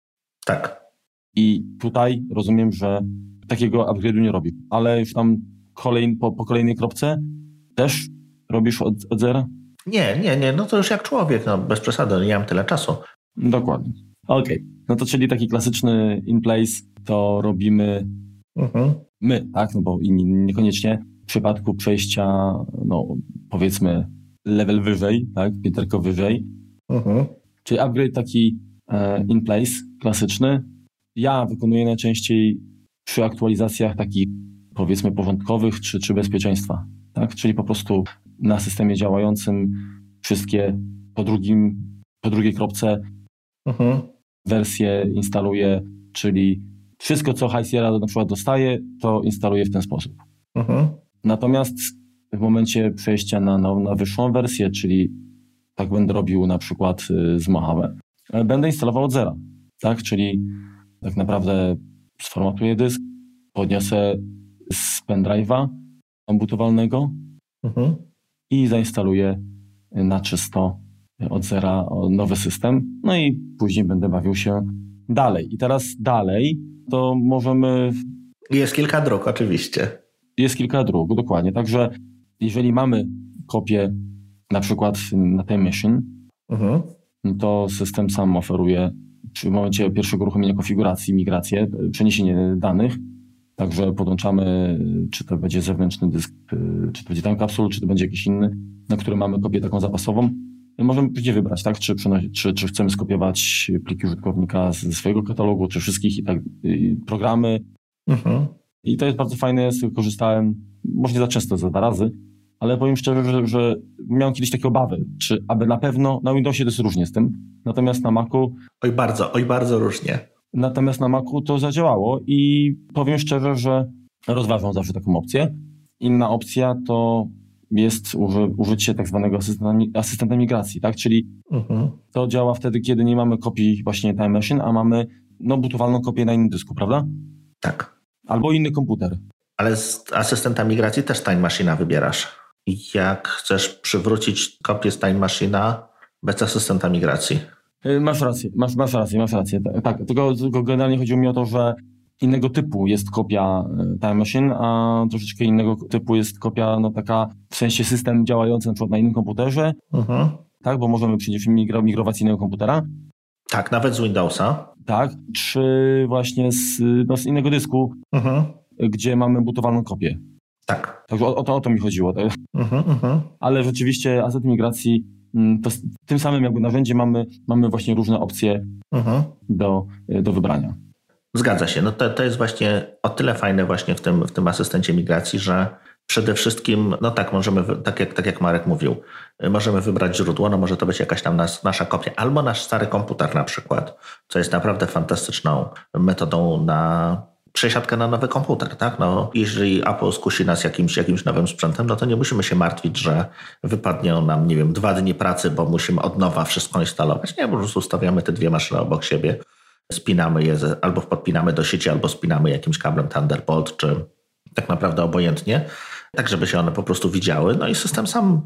Speaker 1: Tak.
Speaker 2: I tutaj rozumiem, że takiego upgrade'u nie robi, ale już tam kolej, po, po kolejnej kropce też robisz od, od zera?
Speaker 1: Nie, nie, nie, no to już jak człowiek, no bez przesady, nie mam tyle czasu.
Speaker 2: Dokładnie. Okej, okay. No to czyli taki klasyczny in place to robimy mhm. my, tak? No bo inni niekoniecznie w przypadku przejścia, no powiedzmy level wyżej, tak? Pięterko wyżej. Mhm. Czyli upgrade taki e, in place, klasyczny. Ja wykonuję najczęściej przy aktualizacjach takich powiedzmy porządkowych czy, czy bezpieczeństwa, tak? Czyli po prostu na systemie działającym wszystkie po drugim, po drugiej kropce mhm. wersje instaluję, czyli wszystko, co High Sierra na przykład dostaje, to instaluję w ten sposób. Mhm. Natomiast w momencie przejścia na, na, na wyższą wersję, czyli tak będę robił na przykład z Mojave, będę instalował od zera, tak? Czyli tak naprawdę sformatuję dysk, podniosę z pendrive'a komputowalnego mhm. i zainstaluję na czysto od zera nowy system, no i później będę bawił się dalej. I teraz dalej to możemy...
Speaker 1: Jest kilka dróg oczywiście.
Speaker 2: Jest kilka dróg, dokładnie. Także jeżeli mamy kopię na przykład na Time Machine, mhm. to system sam oferuje w momencie pierwszego uruchomienia konfiguracji, migrację, przeniesienie danych. Także podłączamy, czy to będzie zewnętrzny dysk, czy to będzie time capsule, czy to będzie jakiś inny, na którym mamy kopię taką zapasową. Możemy później wybrać, tak? Czy, czy, czy chcemy skopiować pliki użytkownika ze swojego katalogu, czy wszystkich i tak i programy. Mhm. I to jest bardzo fajne, z tego korzystałem, może nie za często, za dwa razy, ale powiem szczerze, że, że miałem kiedyś takie obawy, czy aby na pewno, na Windowsie to jest różnie z tym, natomiast na Macu...
Speaker 1: Oj bardzo, oj bardzo różnie.
Speaker 2: Natomiast na Macu to zadziałało i powiem szczerze, że rozważam zawsze taką opcję. Inna opcja to jest uży, użycie tak zwanego asystenta, asystenta migracji, tak? Czyli mhm. to działa wtedy, kiedy nie mamy kopii właśnie Time Machine, a mamy no, butowalną kopię na innym dysku, prawda?
Speaker 1: Tak.
Speaker 2: Albo inny komputer.
Speaker 1: Ale z asystenta migracji też Time Machine'a wybierasz. Jak chcesz przywrócić kopię z Time Machine'a bez asystenta migracji?
Speaker 2: Masz rację, masz, masz rację, masz rację. Tak, tylko, tylko generalnie chodziło mi o to, że innego typu jest kopia Time Machine, a troszeczkę innego typu jest kopia, no taka w sensie system działający na przykład na innym komputerze, mhm. tak, bo możemy przecież migra- migrować z innego komputera.
Speaker 1: Tak, nawet z Windowsa.
Speaker 2: Tak, czy właśnie z, no, z innego dysku, mhm. gdzie mamy butowaną kopię.
Speaker 1: Tak.
Speaker 2: Także o, o, to, o to mi chodziło. Tak? Mhm, mhm. Ale rzeczywiście aset migracji, to z tym samym jakby narzędzie mamy, mamy właśnie różne opcje mhm. do, do wybrania.
Speaker 1: Zgadza się. No to, to jest właśnie o tyle fajne właśnie w tym, w tym asystencie migracji, że przede wszystkim, no tak, możemy, tak jak, tak jak Marek mówił, możemy wybrać źródło, no może to być jakaś tam nas, nasza kopia, albo nasz stary komputer na przykład, co jest naprawdę fantastyczną metodą na przesiadkę na nowy komputer, tak? No, jeżeli Apple skusi nas jakimś, jakimś nowym sprzętem, no to nie musimy się martwić, że wypadnie nam, nie wiem, dwa dni pracy, bo musimy od nowa wszystko instalować. Nie, po prostu stawiamy te dwie maszyny obok siebie, spinamy je, albo podpinamy do sieci, albo spinamy jakimś kablem Thunderbolt, czy tak naprawdę obojętnie, tak żeby się one po prostu widziały. No i system sam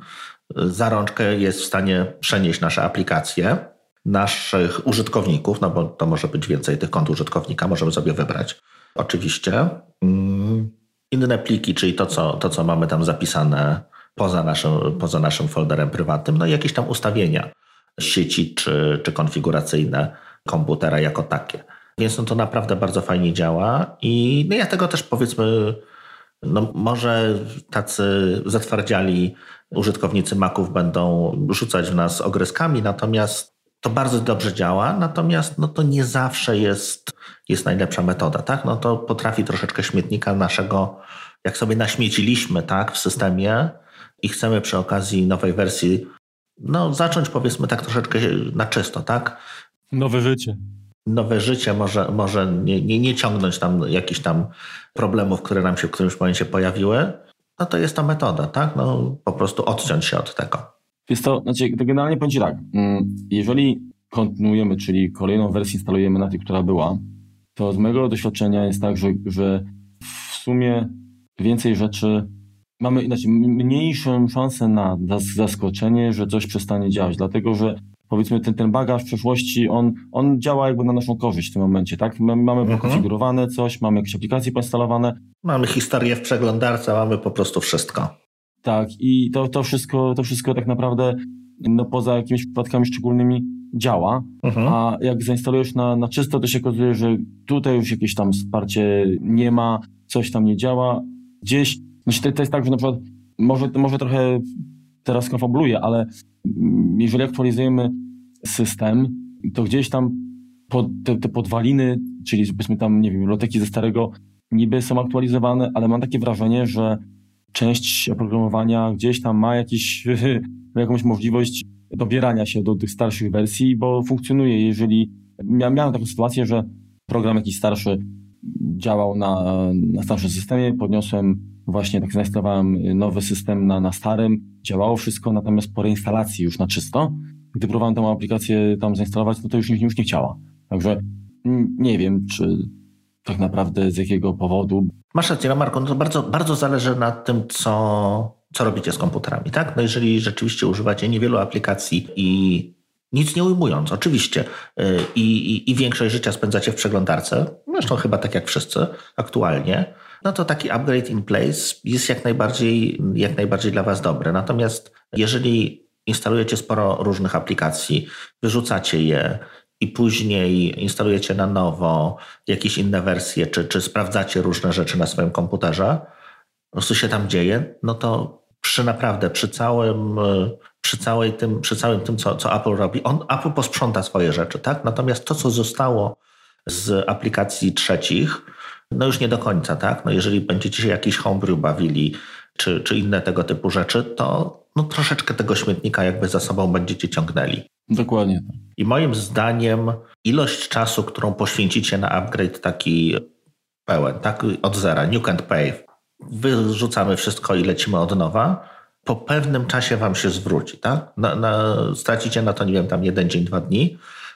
Speaker 1: za rączkę jest w stanie przenieść nasze aplikacje, naszych użytkowników, no bo to może być więcej tych kont użytkownika, możemy sobie wybrać. Oczywiście. Inne pliki, czyli to co, to, co mamy tam zapisane poza naszym, poza naszym folderem prywatnym, no i jakieś tam ustawienia sieci czy, czy konfiguracyjne komputera jako takie. Więc no to naprawdę bardzo fajnie działa i no ja tego też powiedzmy, no może tacy zatwardziali użytkownicy Maców będą rzucać w nas ogryskami, natomiast to bardzo dobrze działa, natomiast no to nie zawsze jest, jest najlepsza metoda, tak? No to potrafi troszeczkę śmietnika naszego jak sobie naśmieciliśmy, tak, w systemie i chcemy przy okazji nowej wersji no, zacząć, powiedzmy tak troszeczkę na czysto, tak?
Speaker 2: Nowe życie.
Speaker 1: Nowe życie, może, może nie, nie, nie ciągnąć tam jakichś tam problemów, które nam się w którymś momencie pojawiły, no to jest to metoda, tak? No, po prostu odciąć się od tego.
Speaker 2: Jest to, znaczy, to generalnie powiem Ci tak, jeżeli kontynuujemy, czyli kolejną wersję instalujemy na tej, która była, to z mojego doświadczenia jest tak, że, że w sumie więcej rzeczy mamy, znaczy mniejszą szansę na zaskoczenie, że coś przestanie działać, dlatego że powiedzmy ten, ten bagaż w przeszłości, on, on działa jakby na naszą korzyść w tym momencie, tak? My mamy mhm. pokonfigurowane coś, mamy jakieś aplikacje poinstalowane.
Speaker 1: Mamy historię w przeglądarce, mamy po prostu wszystko.
Speaker 2: Tak, i to, to, wszystko, to wszystko tak naprawdę no, poza jakimiś przypadkami szczególnymi działa, mhm. a jak zainstalujesz na, na czysto, to się okazuje, że tutaj już jakieś tam wsparcie nie ma, coś tam nie działa. Gdzieś, znaczy to, to jest tak, że na przykład może, może trochę teraz konfabuluję, ale jeżeli aktualizujemy system, to gdzieś tam pod, te, te podwaliny, czyli powiedzmy tam, nie wiem, biblioteki ze starego niby są aktualizowane, ale mam takie wrażenie, że część oprogramowania gdzieś tam ma jakiś, jakąś możliwość dobierania się do tych starszych wersji, bo funkcjonuje. Jeżeli mia, miałem taką sytuację, że program jakiś starszy działał na, na starszym systemie, podniosłem właśnie, tak zainstalowałem nowy system na, na starym, działało wszystko, natomiast po reinstalacji już na czysto, gdy próbowałem tę aplikację tam zainstalować, no to już, już nie chciała. Także nie wiem, czy tak naprawdę z jakiego powodu.
Speaker 1: Masz rację, no Marku, no to bardzo, bardzo zależy na tym, co, co robicie z komputerami, tak? No jeżeli rzeczywiście używacie niewielu aplikacji i nic nie ujmując, oczywiście, i, i, i większość życia spędzacie w przeglądarce, zresztą chyba tak jak wszyscy aktualnie, no to taki upgrade in place jest jak najbardziej, jak najbardziej dla Was dobry. Natomiast jeżeli instalujecie sporo różnych aplikacji, wyrzucacie je i później instalujecie na nowo jakieś inne wersje, czy, czy sprawdzacie różne rzeczy na swoim komputerze, po prostu się tam dzieje, no to przy naprawdę, przy całym, przy całej tym, przy całym tym, co, co Apple robi, on, Apple posprząta swoje rzeczy, tak? Natomiast to, co zostało z aplikacji trzecich, no już nie do końca, tak? No jeżeli będziecie się jakiś homebrew bawili, czy, czy inne tego typu rzeczy, to no troszeczkę tego śmietnika jakby za sobą będziecie ciągnęli.
Speaker 2: Dokładnie.
Speaker 1: I moim zdaniem ilość czasu, którą poświęcicie na upgrade taki pełen, tak od zera, nuke and pave, wyrzucamy wszystko i lecimy od nowa, po pewnym czasie wam się zwróci, tak? Na, na, stracicie na to, nie wiem, tam jeden dzień, dwa dni,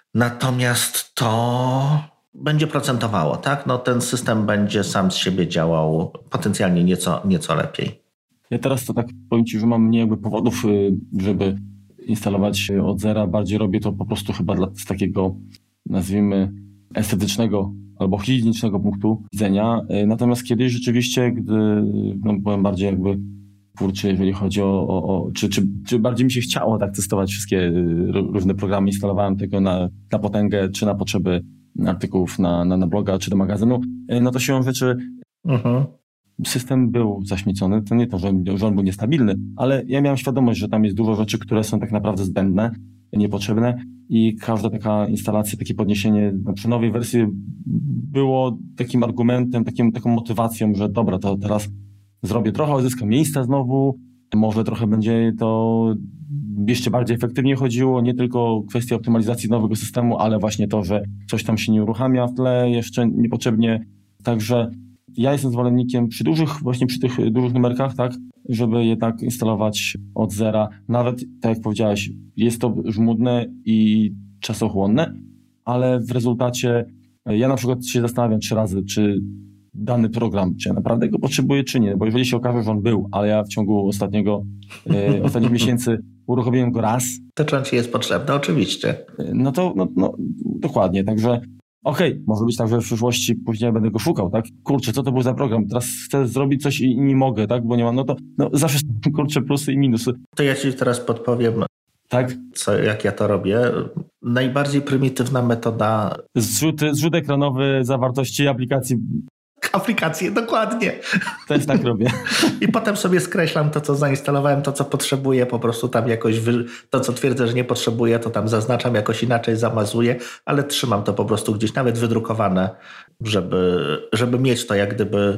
Speaker 1: natomiast to będzie procentowało, tak? No ten system będzie sam z siebie działał potencjalnie nieco, nieco lepiej.
Speaker 2: Ja teraz to tak powiem Ci, że mam mniej jakby powodów, żeby instalować od zera. Bardziej robię to po prostu chyba dla, z takiego, nazwijmy, estetycznego albo higienicznego punktu widzenia. Natomiast kiedyś rzeczywiście, gdy no, byłem bardziej jakby twórczy, jeżeli chodzi o, o, o czy, czy, czy bardziej mi się chciało tak testować wszystkie różne programy, instalowałem tego na, na potęgę, czy na potrzeby artykułów na, na, na bloga, czy do magazynu, no to siłą rzeczy uh-huh. system był zaśmiecony. To nie to, że, że on był niestabilny, ale ja miałem świadomość, że tam jest dużo rzeczy, które są tak naprawdę zbędne, niepotrzebne i każda taka instalacja, takie podniesienie przy nowej wersji było takim argumentem, takim, taką motywacją, że dobra, to teraz zrobię trochę, zyskam miejsca znowu, może trochę będzie to jeszcze bardziej efektywnie chodziło, nie tylko kwestia optymalizacji nowego systemu, ale właśnie to, że coś tam się nie uruchamia w tle jeszcze niepotrzebnie. Także ja jestem zwolennikiem przy dużych, właśnie przy tych dużych numerkach, tak, żeby jednak instalować od zera. Nawet, tak jak powiedziałeś, jest to żmudne i czasochłonne, ale w rezultacie ja na przykład się zastanawiam trzy razy, czy dany program, czy ja naprawdę go potrzebuję, czy nie, bo jeżeli się okaże, że on był, ale ja w ciągu ostatniego, e, ostatnich miesięcy uruchomiłem go raz.
Speaker 1: To czy on ci jest potrzebny? Oczywiście.
Speaker 2: No to, no, no dokładnie, także okej, okay, może być tak, że w przyszłości później będę go szukał, tak? Kurczę, co to był za program? Teraz chcę zrobić coś i nie mogę, tak? Bo nie mam, no to no, zawsze są, kurczę, plusy i minusy.
Speaker 1: To ja ci teraz podpowiem,
Speaker 2: tak?
Speaker 1: Co, jak ja to robię. Najbardziej prymitywna metoda...
Speaker 2: Zrzut, zrzut ekranowy zawartości aplikacji.
Speaker 1: Aplikacje, dokładnie.
Speaker 2: Też tak robię.
Speaker 1: I potem sobie skreślam to, co zainstalowałem, to, co potrzebuję, po prostu tam jakoś, wy... to, co twierdzę, że nie potrzebuję, to tam zaznaczam jakoś inaczej, zamazuję, ale trzymam to po prostu gdzieś, nawet wydrukowane, żeby, żeby mieć to jak gdyby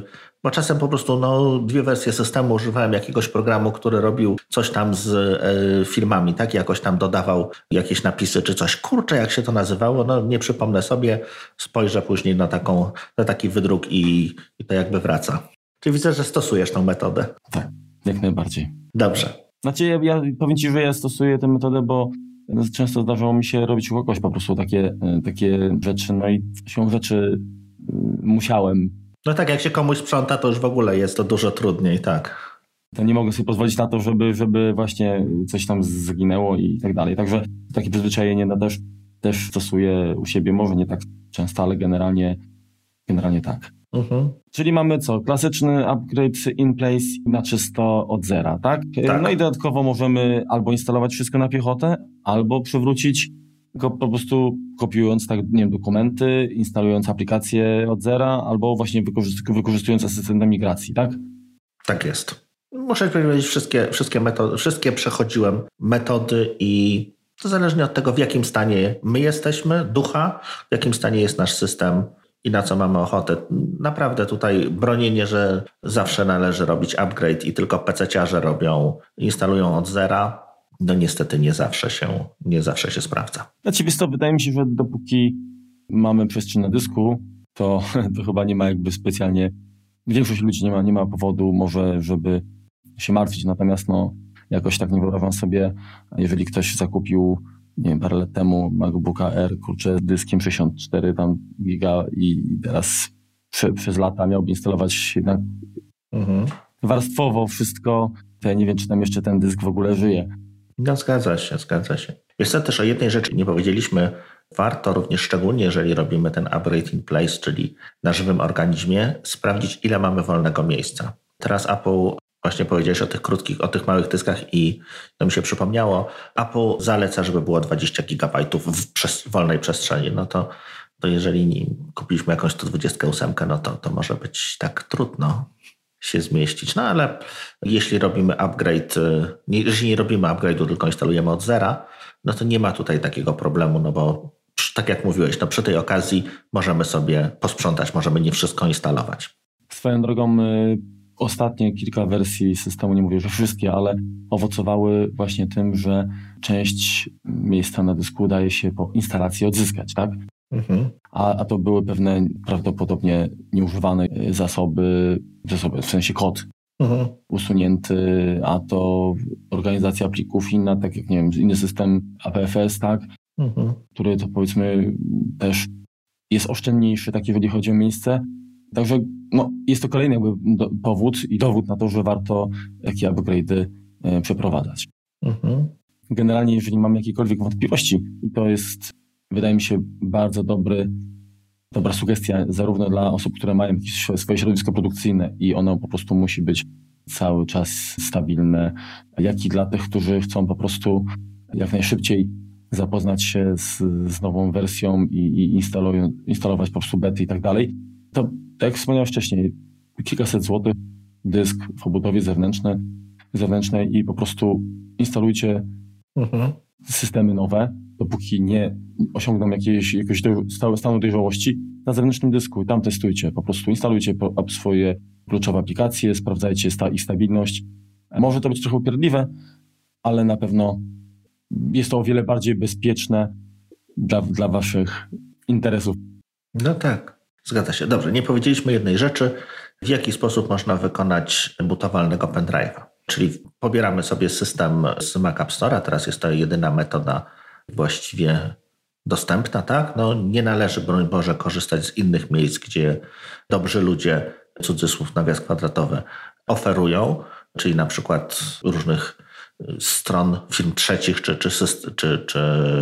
Speaker 1: Bo czasem po prostu no, dwie wersje systemu używałem jakiegoś programu, który robił coś tam z e, filmami, tak? Jakoś tam dodawał jakieś napisy czy coś. Kurczę, jak się to nazywało, no nie przypomnę sobie, spojrzę później na, taką, na taki wydruk i, i to jakby wraca. Czyli widzę, że stosujesz tą metodę.
Speaker 2: Tak, jak najbardziej.
Speaker 1: Dobrze.
Speaker 2: Znaczy ja, ja powiem Ci, że ja stosuję tę metodę, bo często zdarzało mi się robić u kogoś po prostu takie, takie rzeczy, no i siłą rzeczy musiałem.
Speaker 1: No tak, jak się komuś sprząta, to już w ogóle jest to dużo trudniej, tak.
Speaker 2: To nie mogę sobie pozwolić na to, żeby, żeby właśnie coś tam zginęło i tak dalej. Także takie przyzwyczajenie no też, też stosuję u siebie, może nie tak często, ale generalnie, generalnie tak. Mhm. Czyli mamy co? Klasyczny upgrade in place na czysto od zera, tak? tak? No i dodatkowo możemy albo instalować wszystko na piechotę, albo przywrócić go po prostu kopiując tak, nie wiem, dokumenty, instalując aplikację od zera, albo właśnie wykorzyst- wykorzystując asystent migracji, tak?
Speaker 1: Tak jest. Muszę powiedzieć, wszystkie, wszystkie metody, wszystkie przechodziłem metody i to zależnie od tego, w jakim stanie my jesteśmy, ducha, w jakim stanie jest nasz system i na co mamy ochotę. Naprawdę tutaj bronienie, że zawsze należy robić upgrade i tylko pececiarze robią, instalują od zera, no niestety nie zawsze się, nie zawsze się sprawdza.
Speaker 2: Dla Ciebie to wydaje mi się, że dopóki mamy przestrzeń na dysku, to, to chyba nie ma jakby specjalnie, większość ludzi nie ma, nie ma powodu może, żeby się martwić, natomiast no jakoś tak nie wyobrażam sobie, jeżeli ktoś zakupił, nie wiem, parę lat temu MacBooka Air, kurczę, z dyskiem sześćdziesiąt cztery tam giga i teraz prze, przez lata miałby instalować jednak mhm. warstwowo wszystko, to ja nie wiem, czy tam jeszcze ten dysk w ogóle żyje.
Speaker 1: No zgadza się, zgadza się. Jeszcze też o jednej rzeczy nie powiedzieliśmy. Warto również, szczególnie jeżeli robimy ten upgrade in place, czyli na żywym organizmie, sprawdzić, ile mamy wolnego miejsca. Teraz Apple, właśnie powiedziałeś o tych krótkich, o tych małych dyskach i to mi się przypomniało, Apple zaleca, żeby było dwadzieścia gigabajtów w przes- wolnej przestrzeni. No to, to jeżeli nie, kupiliśmy jakąś sto dwadzieścia osiem, no to, to może być tak trudno się zmieścić. No ale jeśli robimy upgrade, nie, jeśli nie robimy upgrade'u, tylko instalujemy od zera, no to nie ma tutaj takiego problemu, no bo tak jak mówiłeś, no przy tej okazji możemy sobie posprzątać, możemy nie wszystko instalować.
Speaker 2: Swoją drogą y, ostatnie kilka wersji systemu, nie mówię, że wszystkie, ale owocowały właśnie tym, że część miejsca na dysku udaje się po instalacji odzyskać, tak? Mhm. A, a to były pewne prawdopodobnie nieużywane zasoby, zasoby w sensie kod mhm. usunięty, a to organizacja plików inna, tak jak nie wiem, inny system A P F S, tak? Mhm. Który to powiedzmy też jest oszczędniejszy, tak jeżeli chodzi o miejsce. Także no, jest to kolejny jakby do, powód i dowód na to, że warto takie upgrade'y e, przeprowadzać. Mhm. Generalnie, jeżeli mamy jakiekolwiek wątpliwości, i to jest, wydaje mi się, bardzo dobry, dobra sugestia zarówno dla osób, które mają jakieś swoje środowisko produkcyjne i ono po prostu musi być cały czas stabilne, jak i dla tych, którzy chcą po prostu jak najszybciej zapoznać się z, z nową wersją i, i instalują, instalować po prostu bety i tak dalej. To, tak jak wspomniałem wcześniej, kilkaset złotych, dysk w obudowie zewnętrznej, zewnętrznej i po prostu instalujcie mhm. systemy nowe, dopóki nie osiągną jakiegoś, jakiegoś stanu dojrzałości na zewnętrznym dysku. Tam testujcie, po prostu instalujcie swoje kluczowe aplikacje, sprawdzajcie sta- ich stabilność. Może to być trochę upierdliwe, ale na pewno jest to o wiele bardziej bezpieczne dla, dla waszych interesów.
Speaker 1: No tak, zgadza się. Dobrze, nie powiedzieliśmy jednej rzeczy. W jaki sposób można wykonać bootowalnego pendrive'a? Czyli pobieramy sobie system z Mac App Store'a. Teraz jest to jedyna metoda właściwie dostępna, tak? No nie należy, broń Boże, korzystać z innych miejsc, gdzie dobrzy ludzie, cudzysłów, nawias kwadratowy, oferują, czyli na przykład różnych stron firm trzecich, czy, czy, czy, czy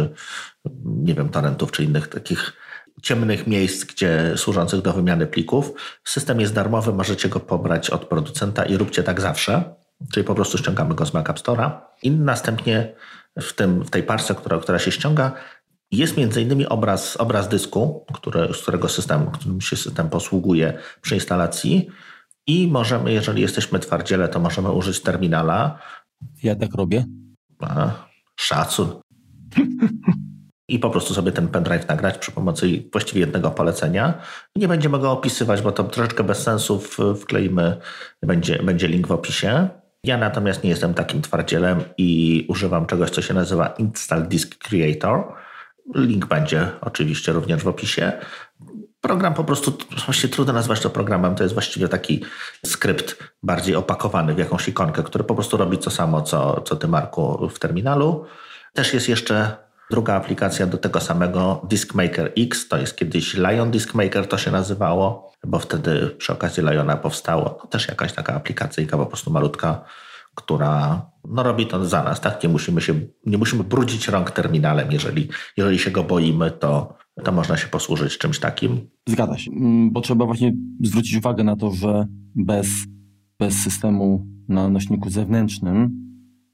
Speaker 1: nie wiem, torrentów, czy innych takich ciemnych miejsc, gdzie służących do wymiany plików. System jest darmowy, możecie go pobrać od producenta i róbcie tak zawsze, czyli po prostu ściągamy go z Mac App Store'a i następnie w, tym, w tej parce, która, która się ściąga, jest między innymi obraz, obraz dysku, który, z którego system, którym się system posługuje przy instalacji i możemy, jeżeli jesteśmy twardziele, to możemy użyć terminala.
Speaker 2: Ja tak robię.
Speaker 1: A, szacun. i po prostu sobie ten pendrive nagrać przy pomocy właściwie jednego polecenia. Nie będziemy go opisywać, bo to troszeczkę bez sensu, wkleimy, będzie, będzie link w opisie. Ja natomiast nie jestem takim twardzielem i używam czegoś, co się nazywa Install Disk Creator. Link będzie oczywiście również w opisie. Program po prostu, właściwie trudno nazwać to programem, to jest właściwie taki skrypt bardziej opakowany w jakąś ikonkę, który po prostu robi to samo, co, co ty, Marku, w terminalu. Też jest jeszcze druga aplikacja do tego samego, Diskmaker X, to jest kiedyś Lion Diskmaker to się nazywało, bo wtedy przy okazji Liona powstało no, też jakaś taka aplikacyjka po prostu malutka, która no, robi to za nas, tak? Nie musimy się, nie musimy brudzić rąk terminalem, jeżeli, jeżeli się go boimy, to, to można się posłużyć czymś takim.
Speaker 2: Zgadza się, bo trzeba właśnie zwrócić uwagę na to, że bez, bez systemu na nośniku zewnętrznym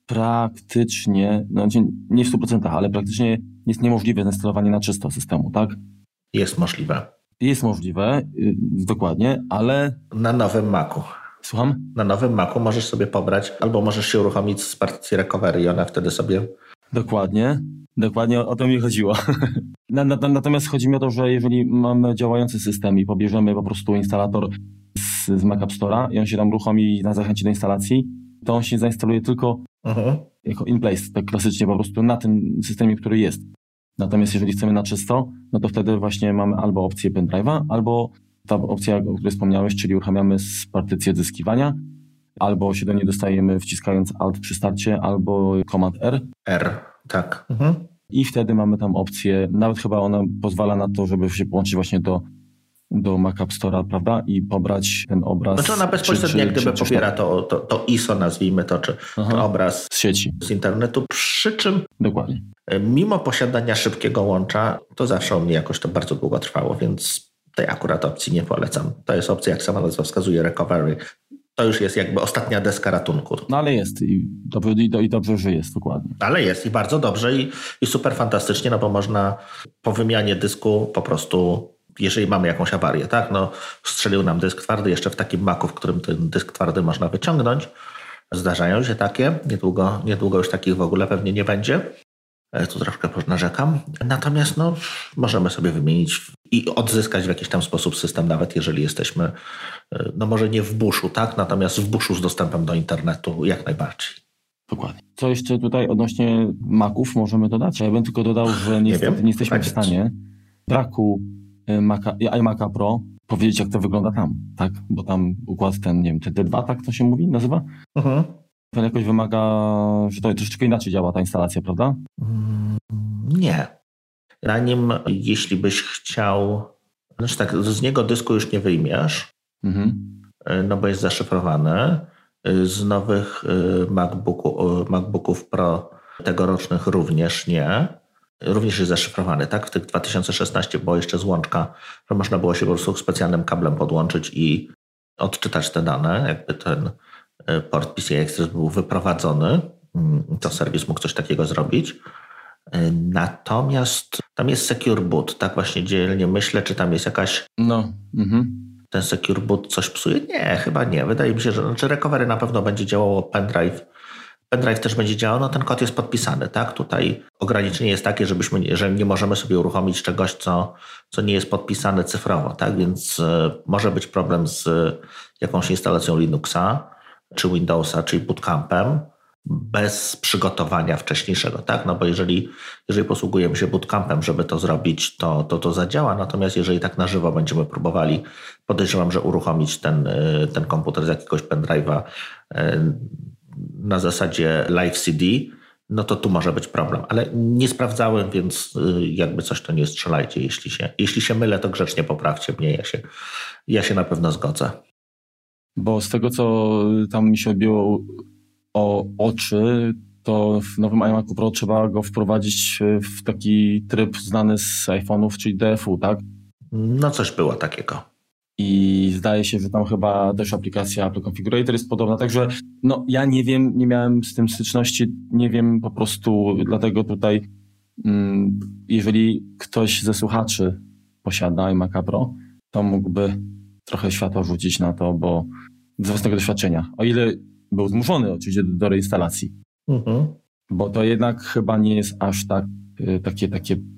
Speaker 2: praktycznie, no nie w stu procentach, ale praktycznie jest niemożliwe zainstalowanie na czysto systemu, tak?
Speaker 1: Jest możliwe.
Speaker 2: Jest możliwe, yy, dokładnie, ale...
Speaker 1: Na nowym Macu.
Speaker 2: Słucham?
Speaker 1: Na nowym Macu możesz sobie pobrać, albo możesz się uruchomić z partii recovery i ona wtedy sobie...
Speaker 2: Dokładnie, dokładnie o to mi chodziło. Natomiast chodzi mi o to, że jeżeli mamy działający system i pobierzemy po prostu instalator z, z Mac App Store'a i on się tam uruchomi na zachęcie do instalacji, to on się zainstaluje tylko uh-huh. jako in place, tak klasycznie po prostu na tym systemie, który jest. Natomiast jeżeli chcemy na czysto, no to wtedy właśnie mamy albo opcję pendrive'a, albo ta opcja, o której wspomniałeś, czyli uruchamiamy z partycję zyskiwania, albo się do niej dostajemy wciskając Alt przy starcie, albo Command R.
Speaker 1: R, tak. Mhm.
Speaker 2: I wtedy mamy tam opcję, nawet chyba ona pozwala na to, żeby się połączyć właśnie do, do Mac App Store'a, prawda? I pobrać ten obraz.
Speaker 1: Znaczy ona bezpośrednio jak gdyby pobiera to, to, to I S O, nazwijmy to, czy to obraz
Speaker 2: z sieci,
Speaker 1: z internetu, przy czym
Speaker 2: dokładnie.
Speaker 1: Mimo posiadania szybkiego łącza, to zawsze u mnie jakoś to bardzo długo trwało, więc tej akurat opcji nie polecam. To jest opcja, jak sama nazwa wskazuje, recovery. To już jest jakby ostatnia deska ratunku.
Speaker 2: No ale jest i dobrze, i, do, i dobrze, że jest, dokładnie.
Speaker 1: Ale jest i bardzo dobrze i, i super fantastycznie, no bo można po wymianie dysku po prostu, jeżeli mamy jakąś awarię, tak, no strzelił nam dysk twardy, jeszcze w takim Macu, w którym ten dysk twardy można wyciągnąć. Zdarzają się takie, niedługo, niedługo już takich w ogóle pewnie nie będzie. Tu troszkę narzekam. Natomiast no, możemy sobie wymienić i odzyskać w jakiś tam sposób system, nawet jeżeli jesteśmy, no może nie w buszu, tak? Natomiast w buszu z dostępem do internetu jak najbardziej.
Speaker 2: Dokładnie. Co jeszcze tutaj odnośnie Maców możemy dodać? Ja bym tylko dodał, że niestety nie, nie jesteśmy w stanie braku Maca, iMac'a Pro powiedzieć, jak to wygląda tam, tak? Bo tam układ ten, nie wiem, T D dwa, tak to się mówi, nazywa? Mhm. To jakoś wymaga, że to troszeczkę inaczej działa ta instalacja, prawda?
Speaker 1: Nie. Na nim, jeśli byś chciał, znaczy tak, z niego dysku już nie wyjmiesz, mhm. no bo jest zaszyfrowany. Z nowych MacBooku, MacBooków Pro tegorocznych również nie. Również jest zaszyfrowany, tak? W tych dwa tysiące szesnastym było jeszcze złączka, że można było się po prostu specjalnym kablem podłączyć i odczytać te dane, jakby ten port P C I Express był wyprowadzony, to serwis mógł coś takiego zrobić. Natomiast tam jest Secure Boot, tak właśnie dzielnie myślę, czy tam jest jakaś...
Speaker 2: No. Mhm.
Speaker 1: Ten Secure Boot coś psuje? Nie, chyba nie. Wydaje mi się, że znaczy recovery na pewno będzie działało, pendrive. Pendrive też będzie działał, no ten kod jest podpisany, tak? Tutaj ograniczenie jest takie, żebyśmy, że nie możemy sobie uruchomić czegoś, co, co nie jest podpisane cyfrowo, tak? Więc y, może być problem z jakąś instalacją Linuxa, czy Windowsa, czy bootcampem, bez przygotowania wcześniejszego, tak? No bo jeżeli, jeżeli posługujemy się bootcampem, żeby to zrobić, to, to to zadziała, natomiast jeżeli tak na żywo będziemy próbowali, podejrzewam, że uruchomić ten, ten komputer z jakiegoś pendrive'a na zasadzie Live C D, no to tu może być problem, ale nie sprawdzałem, więc jakby coś to nie strzelajcie, jeśli się, jeśli się mylę, to grzecznie poprawcie mnie, ja się, ja się na pewno zgodzę.
Speaker 2: Bo z tego, co tam mi się odbiło o oczy, to w nowym iMacu Pro trzeba go wprowadzić w taki tryb znany z iPhone'ów, czyli D F U, tak?
Speaker 1: No coś było takiego.
Speaker 2: I zdaje się, że tam chyba też aplikacja Apple Configurator jest podobna, także no ja nie wiem, nie miałem z tym styczności, nie wiem po prostu, dlatego tutaj mm, jeżeli ktoś ze słuchaczy posiada iMaca Pro, to mógłby trochę światła rzucić na to, bo z własnego doświadczenia, o ile był zmuszony oczywiście do, do reinstalacji, mhm. bo to jednak chyba nie jest aż tak takie, takie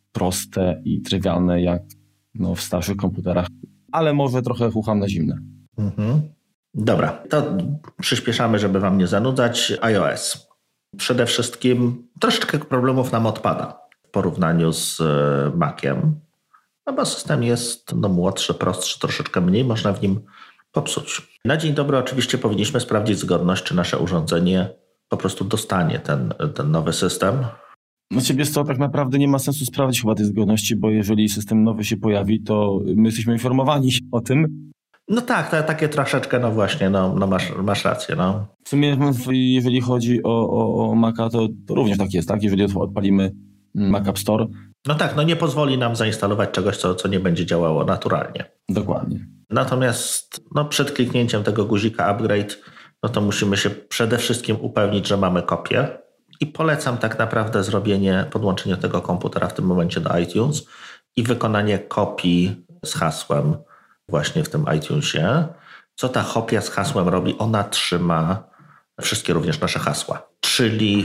Speaker 2: proste i trywialne jak no, w starszych komputerach, ale może trochę chucham na zimne.
Speaker 1: Mhm. Dobra, to przyspieszamy, żeby wam nie zanudzać. iOS. Przede wszystkim troszeczkę problemów nam odpada w porównaniu z Maciem, no bo system jest no, młodszy, prostszy, troszeczkę mniej można w nim popsuć. Na dzień dobry oczywiście powinniśmy sprawdzić zgodność, czy nasze urządzenie po prostu dostanie ten, ten nowy system.
Speaker 2: No ciebie co, tak naprawdę nie ma sensu sprawdzić chyba tej zgodności, bo jeżeli system nowy się pojawi, to my jesteśmy informowani o tym.
Speaker 1: No tak, to, takie troszeczkę, no właśnie, no, no masz, masz rację. No.
Speaker 2: W sumie jeżeli chodzi o, o, o Maca, to, to również tak jest, tak? Jeżeli odpalimy Mac App Store.
Speaker 1: No tak, no nie pozwoli nam zainstalować czegoś, co, co nie będzie działało naturalnie.
Speaker 2: Dokładnie.
Speaker 1: Natomiast no, przed kliknięciem tego guzika upgrade, no to musimy się przede wszystkim upewnić, że mamy kopię. I polecam tak naprawdę zrobienie, podłączenie tego komputera w tym momencie do iTunes i wykonanie kopii z hasłem właśnie w tym iTunesie. Co ta kopia z hasłem robi? Ona trzyma wszystkie również nasze hasła. Czyli...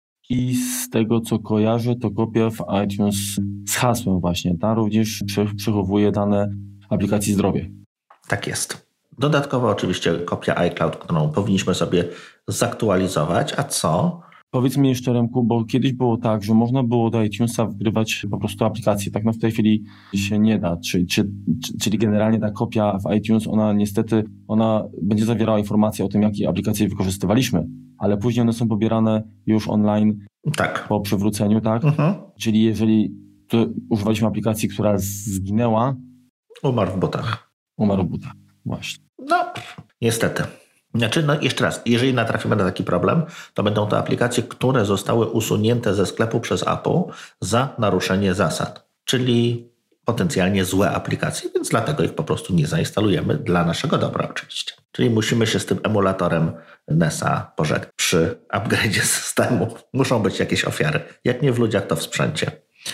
Speaker 2: I z tego, co kojarzę, to kopia w iTunes z hasłem właśnie. Ta również przechowuje dane aplikacji Zdrowie.
Speaker 1: Tak jest. Dodatkowo oczywiście kopia iCloud, którą powinniśmy sobie zaktualizować. A co?
Speaker 2: Powiedz mi jeszcze, Remku, bo kiedyś było tak, że można było do iTunesa wgrywać po prostu aplikacje. Tak no w tej chwili się nie da. Czyli, czy, czyli generalnie ta kopia w iTunes, ona niestety, ona będzie zawierała informacje o tym, jakie aplikacje wykorzystywaliśmy, ale później one są pobierane już online
Speaker 1: tak.
Speaker 2: Po przywróceniu, tak? Mhm. Czyli jeżeli używaliśmy aplikacji, która zginęła...
Speaker 1: Umarł w butach.
Speaker 2: Umarł w butach, właśnie.
Speaker 1: No, niestety. Znaczy, no jeszcze raz, jeżeli natrafimy na taki problem, to będą to aplikacje, które zostały usunięte ze sklepu przez Apple za naruszenie zasad, czyli potencjalnie złe aplikacje, więc dlatego ich po prostu nie zainstalujemy dla naszego dobra oczywiście. Czyli musimy się z tym emulatorem N E S a pożegnać. Przy upgrade'zie systemu muszą być jakieś ofiary. Jak nie w ludziach, to w sprzęcie.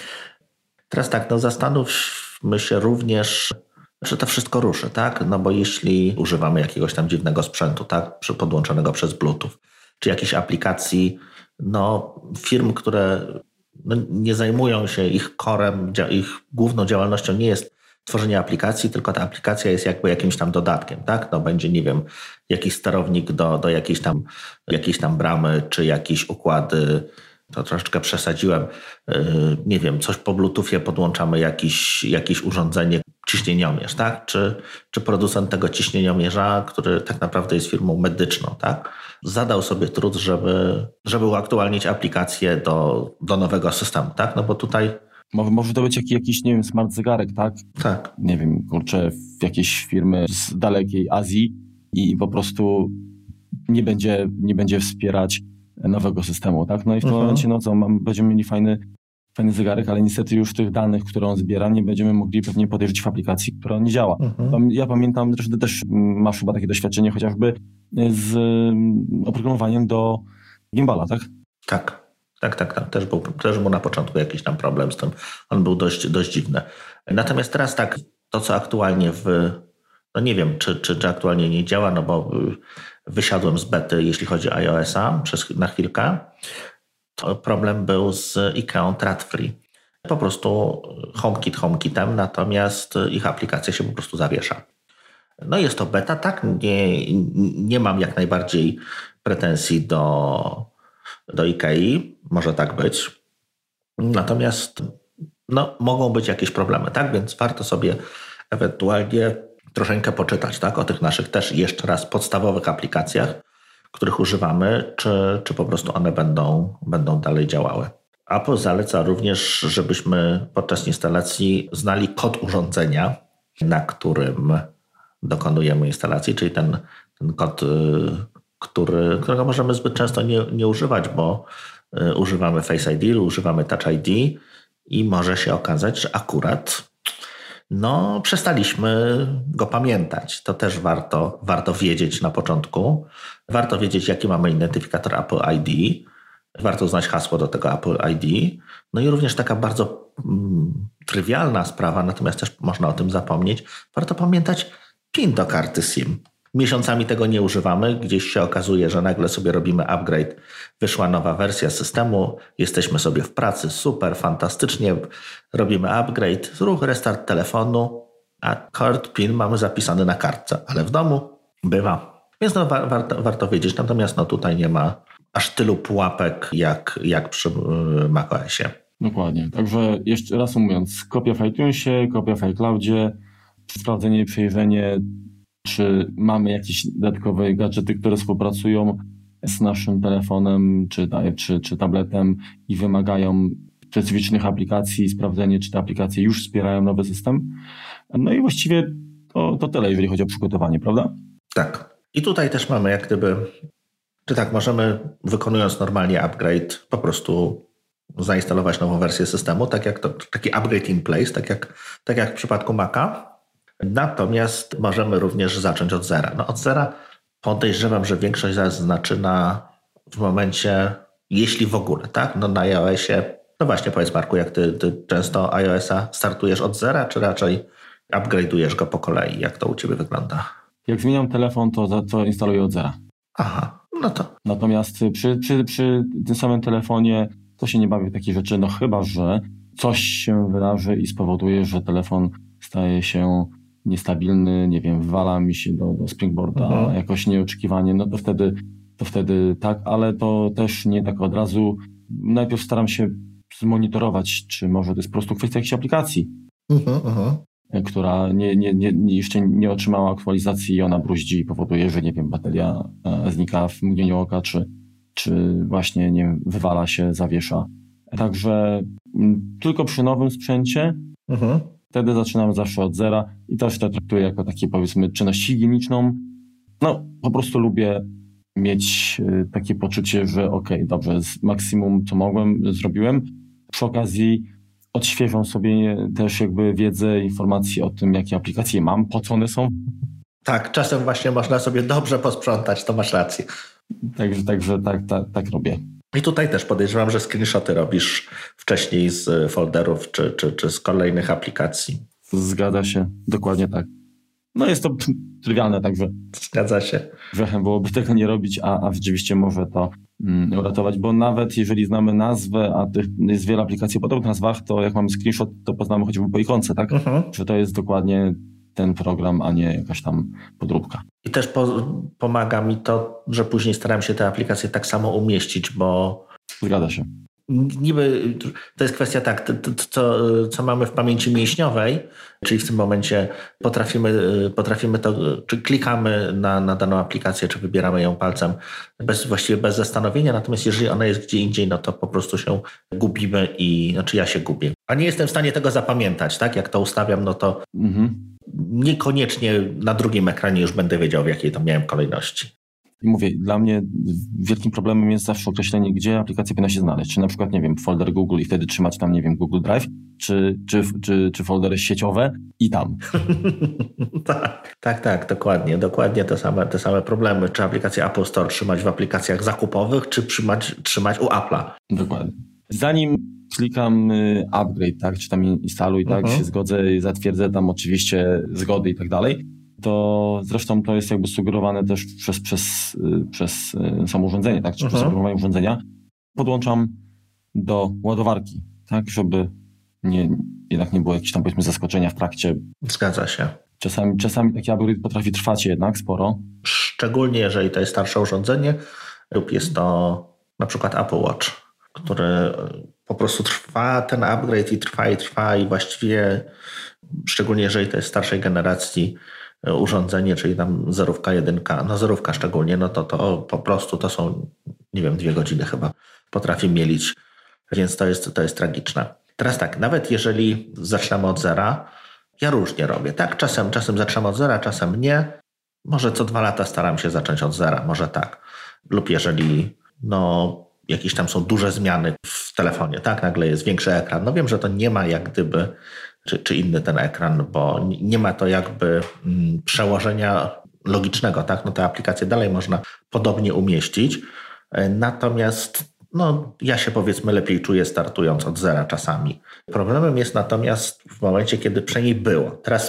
Speaker 1: Teraz tak, no zastanówmy się również, że to wszystko ruszy, tak? No bo jeśli używamy jakiegoś tam dziwnego sprzętu, tak? Podłączonego przez Bluetooth, czy jakichś aplikacji, no firm, które no, nie zajmują się ich corem, ich główną działalnością nie jest tworzenie aplikacji, tylko ta aplikacja jest jakby jakimś tam dodatkiem, tak? No będzie, nie wiem, jakiś sterownik do, do jakiejś tam, jakiejś tam bramy, czy jakieś układy, to troszeczkę przesadziłem, yy, nie wiem, coś po Bluetoothie podłączamy, jakiś, jakieś urządzenie, ciśnieniomierz, tak? Czy, czy producent tego ciśnieniomierza, który tak naprawdę jest firmą medyczną, tak? Zadał sobie trud, żeby, żeby uaktualnić aplikację do, do nowego systemu, tak? No bo tutaj...
Speaker 2: Może, może to być jakiś, jakiś, nie wiem, smart zegarek, tak?
Speaker 1: Tak.
Speaker 2: Nie wiem, kurczę, w jakiejś firmy z dalekiej Azji i po prostu nie będzie, nie będzie wspierać nowego systemu, tak? No i w tym uh-huh. momencie, no co, mam, będziemy mieli fajny, fajny zegarek, ale niestety już tych danych, które on zbiera, nie będziemy mogli pewnie podejrzeć w aplikacji, która nie działa. Uh-huh. Ja pamiętam, że ty też masz chyba takie doświadczenie chociażby z oprogramowaniem do gimbala, tak?
Speaker 1: Tak, tak, tak, tak. Też był, też był na początku jakiś tam problem z tym. On był dość, dość dziwny. Natomiast teraz tak, to co aktualnie w, no nie wiem, czy, czy, czy aktualnie nie działa, no bo wysiadłem z bety, jeśli chodzi o iOS-a przez, na chwilkę. To problem był z IKEA Thread-Free. Po prostu HomeKit HomeKitem, natomiast ich aplikacja się po prostu zawiesza. No jest to beta, tak? Nie, nie mam jak najbardziej pretensji do, do IKEA. Może tak być. Natomiast no, mogą być jakieś problemy, tak? Więc warto sobie ewentualnie troszeczkę poczytać, tak? O tych naszych też jeszcze raz podstawowych aplikacjach, których używamy, czy, czy po prostu one będą, będą dalej działały. Apple zaleca również, żebyśmy podczas instalacji znali kod urządzenia, na którym dokonujemy instalacji, czyli ten, ten kod, który, którego możemy zbyt często nie, nie używać, bo używamy Face I D, używamy Touch I D i może się okazać, że akurat no, przestaliśmy go pamiętać. To też warto, warto wiedzieć na początku. Warto wiedzieć, jaki mamy identyfikator Apple I D. Warto znać hasło do tego Apple I D. No i również taka bardzo mm, trywialna sprawa, natomiast też można o tym zapomnieć. Warto pamiętać PIN do karty SIM. miesiącami tego nie używamy, gdzieś się okazuje, że nagle sobie robimy upgrade, wyszła nowa wersja systemu, jesteśmy sobie w pracy, super, fantastycznie, robimy upgrade, ruch, restart telefonu, a card PIN mamy zapisany na kartce, ale w domu bywa. Więc no, wa- warto, warto wiedzieć, natomiast no, tutaj nie ma aż tylu pułapek jak, jak przy yy, macOSie.
Speaker 2: Dokładnie. Także jeszcze raz mówiąc, kopia w iTunesie, kopia w iCloudzie, sprawdzenie i przejrzenie, czy mamy jakieś dodatkowe gadżety, które współpracują z naszym telefonem czy, czy, czy tabletem i wymagają specyficznych aplikacji, sprawdzenie, czy te aplikacje już wspierają nowy system. No i właściwie to, to tyle, jeżeli chodzi o przygotowanie, prawda?
Speaker 1: Tak. I tutaj też mamy jak gdyby, czy tak, możemy wykonując normalnie upgrade po prostu zainstalować nową wersję systemu, tak jak to, taki upgrade in place, tak jak, tak jak w przypadku Maca. Natomiast możemy również zacząć od zera. No od zera podejrzewam, że większość z nas zaczyna w momencie, jeśli w ogóle, tak? No na iOSie, no właśnie powiedz Marku, jak ty, ty często iOSa startujesz od zera, czy raczej upgrade'ujesz go po kolei? Jak to u ciebie wygląda?
Speaker 2: Jak zmieniam telefon, to, to instaluję od zera.
Speaker 1: Aha, no to.
Speaker 2: Natomiast przy, przy, przy tym samym telefonie to się nie bawi w takie rzeczy, no chyba że coś się wydarzy i spowoduje, że telefon staje się niestabilny, nie wiem, wywala mi się do, do springboarda mhm. jakoś nieoczekiwanie, no to wtedy, to wtedy tak, ale to też nie tak od razu. Najpierw staram się zmonitorować, czy może to jest po prostu kwestia jakiejś aplikacji, mhm, mhm. która nie, nie, nie, jeszcze nie otrzymała aktualizacji i ona bruździ i powoduje, że nie wiem, bateria znika w mgnieniu oka, czy, czy właśnie nie wiem, wywala się, zawiesza. Także tylko przy nowym sprzęcie mhm. wtedy zaczynamy zawsze od zera i też to traktuję jako takie, powiedzmy, czynność higieniczną. No, po prostu lubię mieć takie poczucie, że okej, okay, dobrze, z maksimum co mogłem, zrobiłem. Przy okazji odświeżam sobie też jakby wiedzę, informacje o tym, jakie aplikacje mam, po co one są.
Speaker 1: Tak, czasem właśnie można sobie dobrze posprzątać, to masz rację.
Speaker 2: Także, także tak, tak, tak robię.
Speaker 1: I tutaj też podejrzewam, że screenshoty robisz wcześniej z folderów czy, czy, czy z kolejnych aplikacji.
Speaker 2: Zgadza się, dokładnie tak. No jest to trywialne, także
Speaker 1: zgadza się.
Speaker 2: Grzechem byłoby tego nie robić, a, a rzeczywiście może to mm, uratować, bo nawet jeżeli znamy nazwę, a tych jest wiele aplikacji o podobnych nazwach, to jak mamy screenshot, to poznamy chociażby po ikonce, tak? Mhm. Że to jest dokładnie ten program, a nie jakaś tam podróbka.
Speaker 1: I też po, pomaga mi to, że później staram się te aplikacje tak samo umieścić, bo...
Speaker 2: Zgadza się.
Speaker 1: Niby to jest kwestia tak, to, to, co, co mamy w pamięci mięśniowej, czyli w tym momencie potrafimy, potrafimy to, czy klikamy na, na daną aplikację, czy wybieramy ją palcem bez, właściwie bez zastanowienia, natomiast jeżeli ona jest gdzie indziej, no to po prostu się gubimy i, znaczy ja się gubię. A nie jestem w stanie tego zapamiętać, tak? Jak to ustawiam, no to mhm. niekoniecznie na drugim ekranie już będę wiedział, w jakiej to miałem kolejności.
Speaker 2: I mówię, dla mnie wielkim problemem jest zawsze określenie, gdzie aplikacja powinna się znaleźć. Czy na przykład, nie wiem, folder Google i wtedy trzymać tam, nie wiem, Google Drive, czy, czy, czy, czy foldery sieciowe i tam.
Speaker 1: tak, tak, tak, dokładnie. Dokładnie te same, te same problemy. Czy aplikację Apple Store trzymać w aplikacjach zakupowych, czy trzymać, trzymać u Apple'a.
Speaker 2: Dokładnie. Zanim klikam upgrade, tak, czy tam instaluj, tak, uh-huh. się zgodzę, zatwierdzę tam oczywiście zgody i tak dalej. To zresztą to jest jakby sugerowane też przez, przez, przez samo urządzenie, tak? Czy uh-huh. przez programowanie urządzenia. Podłączam do ładowarki, tak? Żeby nie, jednak nie było jakiegoś tam, powiedzmy, zaskoczenia w trakcie.
Speaker 1: Zgadza się.
Speaker 2: Czasami, czasami taki upgrade potrafi trwać jednak sporo.
Speaker 1: Szczególnie jeżeli to jest starsze urządzenie lub jest to na przykład Apple Watch, który po prostu trwa ten upgrade i trwa i trwa i właściwie szczególnie jeżeli to jest starszej generacji urządzenie, czyli tam zerówka, jedynka, no zerówka szczególnie, no to, to po prostu to są, nie wiem, dwie godziny chyba potrafi mielić, więc to jest, to jest tragiczne. Teraz tak, nawet jeżeli zaczynamy od zera, ja różnie robię, tak? Czasem, czasem zaczynam od zera, czasem nie. Może co dwa lata staram się zacząć od zera, może tak. Lub jeżeli no, jakieś tam są duże zmiany w telefonie, tak? Nagle jest większy ekran. No wiem, że to nie ma jak gdyby Czy, czy inny ten ekran, bo nie ma to jakby mm, przełożenia logicznego, tak? No te aplikacje dalej można podobnie umieścić, natomiast no, ja się powiedzmy lepiej czuję startując od zera czasami. Problemem jest natomiast w momencie, kiedy przynajmniej było. Teraz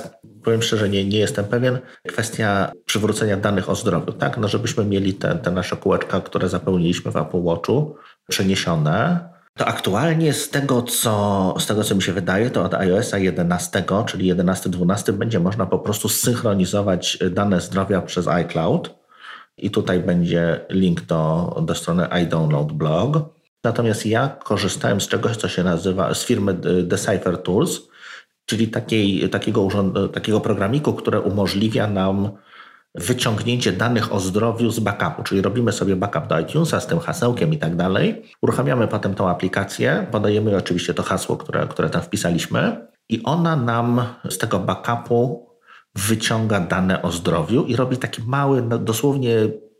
Speaker 1: powiem szczerze, nie, nie jestem pewien. Kwestia przywrócenia danych o zdrowiu, tak? No żebyśmy mieli te, te nasze kółeczka, które zapełniliśmy w Apple Watchu, przeniesione. To aktualnie z tego, co, z tego, co mi się wydaje, to od iOS jedenastego, czyli jedenasty dwunasty, będzie można po prostu zsynchronizować dane zdrowia przez iCloud. I tutaj będzie link do, do strony iDownload Blog. Natomiast ja korzystałem z czegoś, co się nazywa, z firmy Decipher Tools, czyli takiej, takiego, urząd, takiego programiku, które umożliwia nam wyciągnięcie danych o zdrowiu z backupu, czyli robimy sobie backup do iTunesa z tym hasełkiem i tak dalej. Uruchamiamy potem tą aplikację, podajemy oczywiście to hasło, które, które tam wpisaliśmy i ona nam z tego backupu wyciąga dane o zdrowiu i robi taki mały, no dosłownie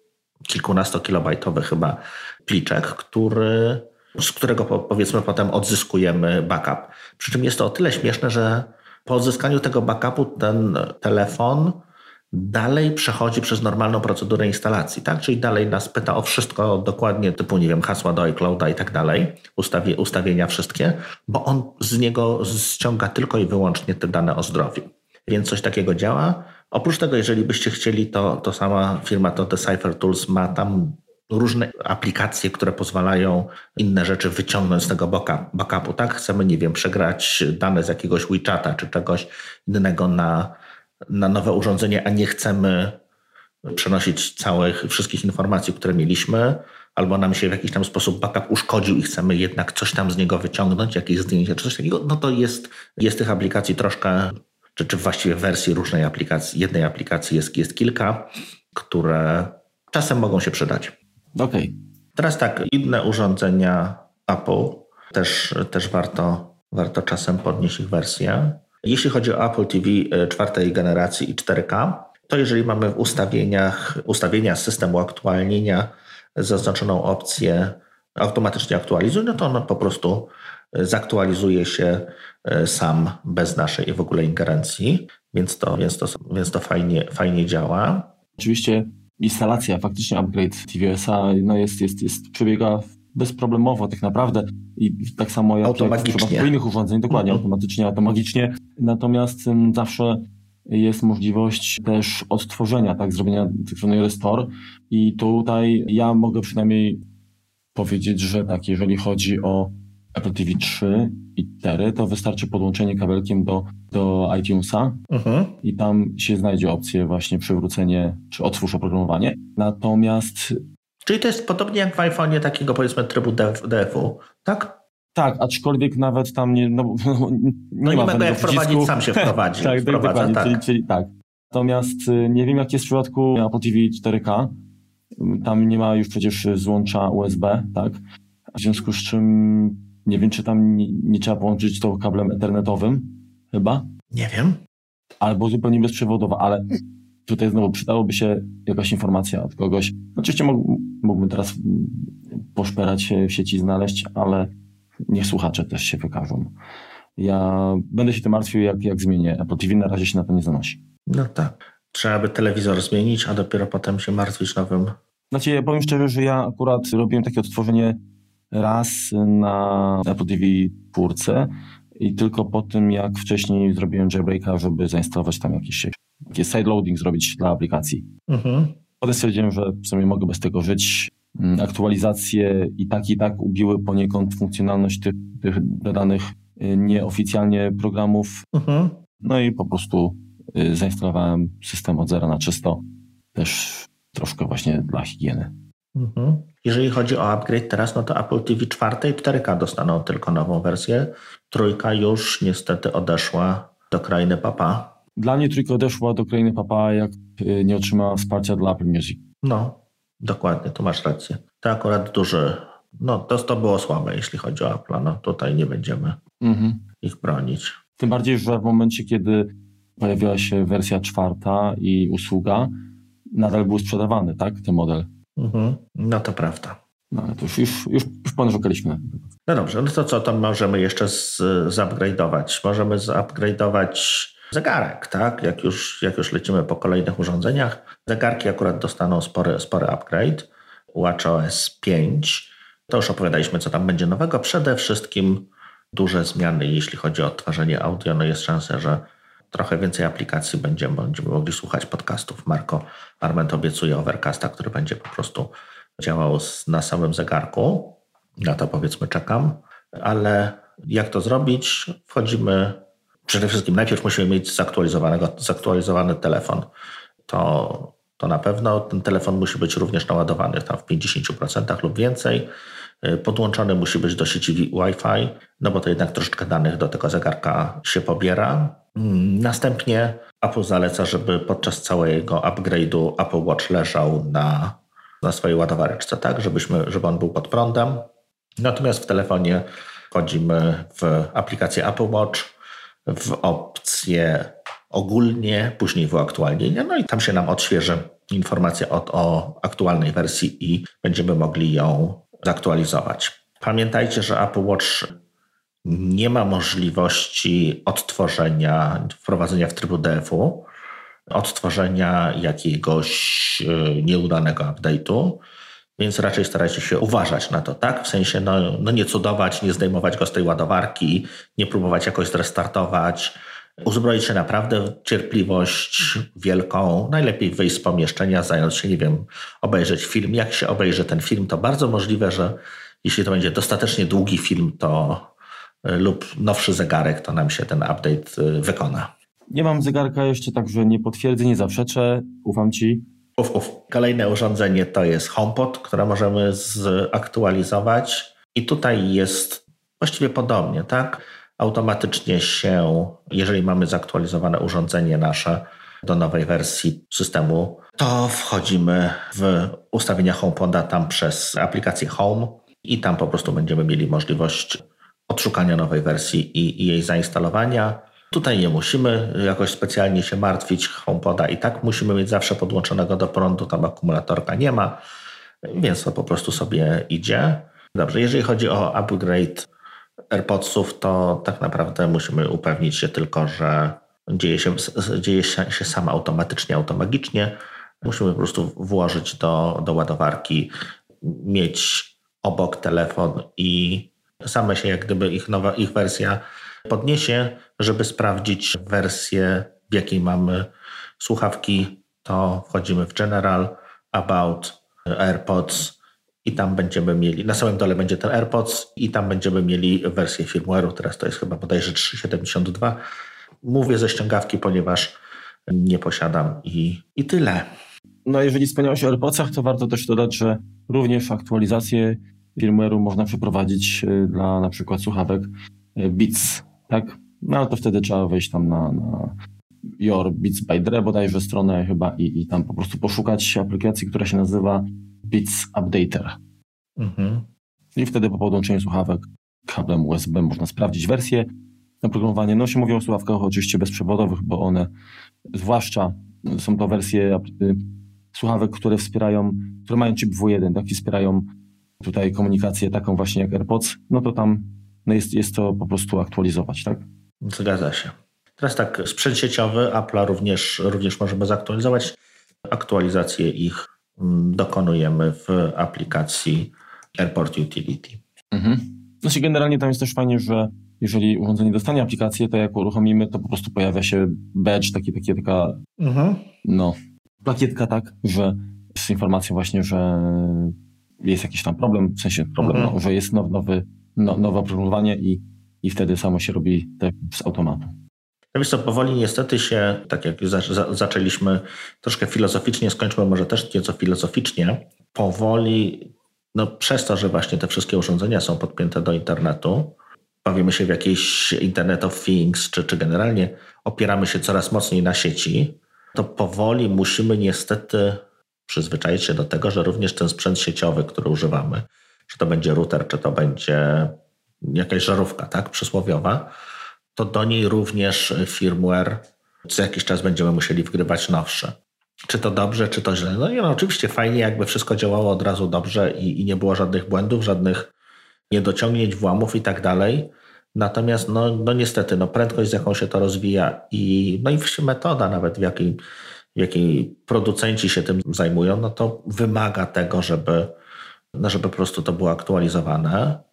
Speaker 1: kilkunastokilobajtowy chyba pliczek, który, z którego powiedzmy potem odzyskujemy backup. Przy czym jest to o tyle śmieszne, że po odzyskaniu tego backupu ten telefon dalej przechodzi przez normalną procedurę instalacji, tak? Czyli dalej nas pyta o wszystko dokładnie, typu, nie wiem, hasła do iClouda i tak dalej, ustawie, ustawienia wszystkie, bo on z niego ściąga tylko i wyłącznie te dane o zdrowiu. Więc coś takiego działa. Oprócz tego, jeżeli byście chcieli, to, to sama firma, to Decipher Tools ma tam różne aplikacje, które pozwalają inne rzeczy wyciągnąć z tego backupu, tak? Chcemy, nie wiem, przegrać dane z jakiegoś WeChata czy czegoś innego na, na nowe urządzenie, a nie chcemy przenosić całych, wszystkich informacji, które mieliśmy, albo nam się w jakiś tam sposób backup uszkodził i chcemy jednak coś tam z niego wyciągnąć, jakieś zdjęcie czy coś takiego, no to jest, jest tych aplikacji troszkę, czy, czy właściwie wersji różnej aplikacji, jednej aplikacji jest, jest kilka, które czasem mogą się przydać.
Speaker 2: Okej. Okay.
Speaker 1: Teraz tak, inne urządzenia Apple też, też warto, warto czasem podnieść ich wersję. Jeśli chodzi o Apple T V czwartej generacji i cztery K, to jeżeli mamy w ustawieniach ustawienia systemu aktualnienia zaznaczoną opcję automatycznie aktualizuj, no to on po prostu zaktualizuje się sam bez naszej w ogóle ingerencji, więc to, więc to, więc to fajnie, fajnie działa.
Speaker 2: Oczywiście instalacja, faktycznie upgrade tvOS-a no jest, jest, jest, przebiega bezproblemowo tak naprawdę i tak samo jak, jak w przypadku innych urządzeń, dokładnie mm-hmm. automatycznie, automagicznie. Natomiast um, zawsze jest możliwość też odtworzenia, tak, zrobienia tak zwanego restore i tutaj ja mogę przynajmniej powiedzieć, że tak, jeżeli chodzi o Apple T V trzy i cztery, to wystarczy podłączenie kabelkiem do, do iTunesa uh-huh. i tam się znajdzie opcja właśnie przywrócenie czy otwórz oprogramowanie. Natomiast...
Speaker 1: Czyli to jest podobnie jak w iPhone'ie takiego powiedzmy trybu D F-u, tak?
Speaker 2: Tak, aczkolwiek nawet tam nie, no, nie,
Speaker 1: no nie
Speaker 2: ma
Speaker 1: ma go jak wprowadzić, sam się wprowadzi.
Speaker 2: tak, dokładnie,
Speaker 1: tak.
Speaker 2: Czyli, czyli tak. Natomiast nie wiem, jak jest w przypadku Apple T V cztery K. Tam nie ma już przecież złącza U S B, tak? W związku z czym nie wiem, czy tam nie, nie trzeba połączyć to kablem ethernetowym, chyba?
Speaker 1: Nie wiem.
Speaker 2: Albo zupełnie bezprzewodowo, ale tutaj znowu przydałoby się jakaś informacja od kogoś. Oczywiście mógł, mógłbym teraz poszperać w sieci, znaleźć, ale niech słuchacze też się wykażą. Ja będę się tym martwił, jak, jak zmienię Apple T V, na razie się na to nie zanosi.
Speaker 1: No tak. Trzeba by telewizor zmienić, a dopiero potem się martwić nowym.
Speaker 2: Znaczy, ja powiem szczerze, że ja akurat robiłem takie odtworzenie raz na Apple T V cztery i tylko po tym, jak wcześniej zrobiłem jailbreaka, żeby zainstalować tam jakiś, jakiś sideloading zrobić dla aplikacji. Mhm. Potem stwierdziłem, że w sumie mogę bez tego żyć. Aktualizacje i tak i tak ubiły poniekąd funkcjonalność tych, tych dodanych nieoficjalnie programów. Mhm. No i po prostu zainstalowałem system od zera na czysto. Też troszkę właśnie dla higieny.
Speaker 1: Mhm. Jeżeli chodzi o upgrade teraz, no to Apple T V cztery i cztery K dostaną tylko nową wersję. Trójka już niestety odeszła do krainy papa.
Speaker 2: Dla mnie trójka odeszła do krainy papa, jak nie otrzymała wsparcia dla Apple Music.
Speaker 1: No, dokładnie, tu masz rację. To akurat duży, no to, to było słabe, jeśli chodzi o Apple. No tutaj nie będziemy mhm. ich bronić.
Speaker 2: Tym bardziej, że w momencie, kiedy pojawiła się wersja czwarta i usługa, nadal był sprzedawany, tak, ten model.
Speaker 1: Mhm. No to prawda.
Speaker 2: No ale to już, już, już, już ponarzekaliśmy.
Speaker 1: No dobrze, no to co, to możemy jeszcze z, zupgrade'ować. Możemy zupgrade'ować zegarek, tak? Jak już, jak już lecimy po kolejnych urządzeniach. Zegarki akurat dostaną spory, spory upgrade. WatchOS pięć. To już opowiadaliśmy, co tam będzie nowego. Przede wszystkim duże zmiany, jeśli chodzi o odtwarzanie audio. No jest szansa, że trochę więcej aplikacji będziemy, będziemy mogli słuchać podcastów. Marco Arment obiecuje Overcasta, który będzie po prostu działał na samym zegarku. Na to powiedzmy czekam. Ale jak to zrobić? Wchodzimy, przede wszystkim najpierw musimy mieć zaktualizowanego, zaktualizowany telefon. To, to na pewno ten telefon musi być również naładowany tam w pięćdziesiąt procent lub więcej. Podłączony musi być do sieci Wi-Fi, no bo to jednak troszeczkę danych do tego zegarka się pobiera. Następnie Apple zaleca, żeby podczas całego upgrade'u Apple Watch leżał na, na swojej ładowareczce, tak, żebyśmy, żeby on był pod prądem. Natomiast w telefonie wchodzimy w aplikację Apple Watch, w opcję ogólnie, później w uaktualnienie, no i tam się nam odświeży informacja o, o aktualnej wersji i będziemy mogli ją zaktualizować. Pamiętajcie, że Apple Watch nie ma możliwości odtworzenia, wprowadzenia w trybu D F U, odtworzenia jakiegoś nieudanego update'u, więc raczej starajcie się uważać na to, tak? W sensie no, no nie cudować, nie zdejmować go z tej ładowarki, nie próbować jakoś zrestartować, uzbroić się naprawdę w cierpliwość wielką, najlepiej wyjść z pomieszczenia, zająć się, nie wiem, obejrzeć film. Jak się obejrzy ten film, to bardzo możliwe, że jeśli to będzie dostatecznie długi film, to lub nowszy zegarek, to nam się ten update wykona.
Speaker 2: Nie mam zegarka jeszcze, także nie potwierdzę, nie zaprzeczę. Ufam Ci.
Speaker 1: Uf, uf. Kolejne urządzenie to jest HomePod, które możemy zaktualizować i tutaj jest właściwie podobnie, tak? Automatycznie się, jeżeli mamy zaktualizowane urządzenie nasze do nowej wersji systemu, to wchodzimy w ustawienia HomePoda tam przez aplikację Home i tam po prostu będziemy mieli możliwość odszukania nowej wersji i, i jej zainstalowania. Tutaj nie musimy jakoś specjalnie się martwić HomePoda i tak musimy mieć zawsze podłączonego do prądu, tam akumulatorka nie ma, więc to po prostu sobie idzie. Dobrze, jeżeli chodzi o upgrade AirPodsów, to tak naprawdę musimy upewnić się tylko, że dzieje się, dzieje się sam automatycznie, automagicznie. Musimy po prostu włożyć do, do ładowarki, mieć obok telefon i same się jak gdyby ich nowa ich wersja podniesie, żeby sprawdzić wersję, w jakiej mamy słuchawki, to wchodzimy w General, About, AirPods i tam będziemy mieli, na samym dole będzie ten AirPods i tam będziemy mieli wersję firmware'u, teraz to jest chyba bodajże trzy siedemdziesiąt dwa. Mówię ze ściągawki, ponieważ nie posiadam i, i tyle.
Speaker 2: No jeżeli wspomniałeś o AirPodsach, to warto też dodać, że również aktualizację firmware'u można przeprowadzić dla na przykład słuchawek Beats, tak? No ale to wtedy trzeba wejść tam na, na Your Beats by Dre bodajże stronę chyba i, i tam po prostu poszukać aplikacji, która się nazywa Beats Updater. Mhm. I wtedy po podłączeniu słuchawek kablem U S B można sprawdzić wersję oprogramowania. No się mówi o słuchawkach oczywiście bezprzewodowych, bo one, zwłaszcza są to wersje słuchawek, które wspierają, które mają chip W jeden, tak, i wspierają tutaj komunikację taką właśnie jak AirPods, no to tam no jest, jest to po prostu aktualizować, tak?
Speaker 1: Zgadza się. Teraz tak, sprzęt sieciowy Apple'a również, również możemy zaktualizować. Aktualizację ich dokonujemy w aplikacji AirPort Utility.
Speaker 2: Mhm. Znaczy generalnie tam jest też fajnie, że jeżeli urządzenie dostanie aplikację, to jak uruchomimy, to po prostu pojawia się badge, taki, taki, taka mhm. no, plakietka, tak, że z informacją właśnie, że jest jakiś tam problem, w sensie problem, mhm. no, że jest now, nowy, no, nowe oprogramowanie i, i wtedy samo się robi tak z automatu.
Speaker 1: No wiesz co, powoli niestety się, tak jak za, za, zaczęliśmy troszkę filozoficznie, skończmy może też nieco filozoficznie, powoli, no przez to, że właśnie te wszystkie urządzenia są podpięte do internetu, bawimy się w jakiejś Internet of Things, czy, czy generalnie opieramy się coraz mocniej na sieci, to powoli musimy niestety przyzwyczaić się do tego, że również ten sprzęt sieciowy, który używamy, czy to będzie router, czy to będzie jakaś żarówka, tak, przysłowiowa, to do niej również firmware co jakiś czas będziemy musieli wgrywać nowsze. Czy to dobrze, czy to źle? No i no, oczywiście fajnie, jakby wszystko działało od razu dobrze i, i nie było żadnych błędów, żadnych niedociągnięć, włamów i tak dalej. Natomiast no, no niestety no, prędkość, z jaką się to rozwija i, no i metoda nawet, w jakiej, w jakiej producenci się tym zajmują, no to wymaga tego, żeby, no, żeby po prostu to było aktualizowane.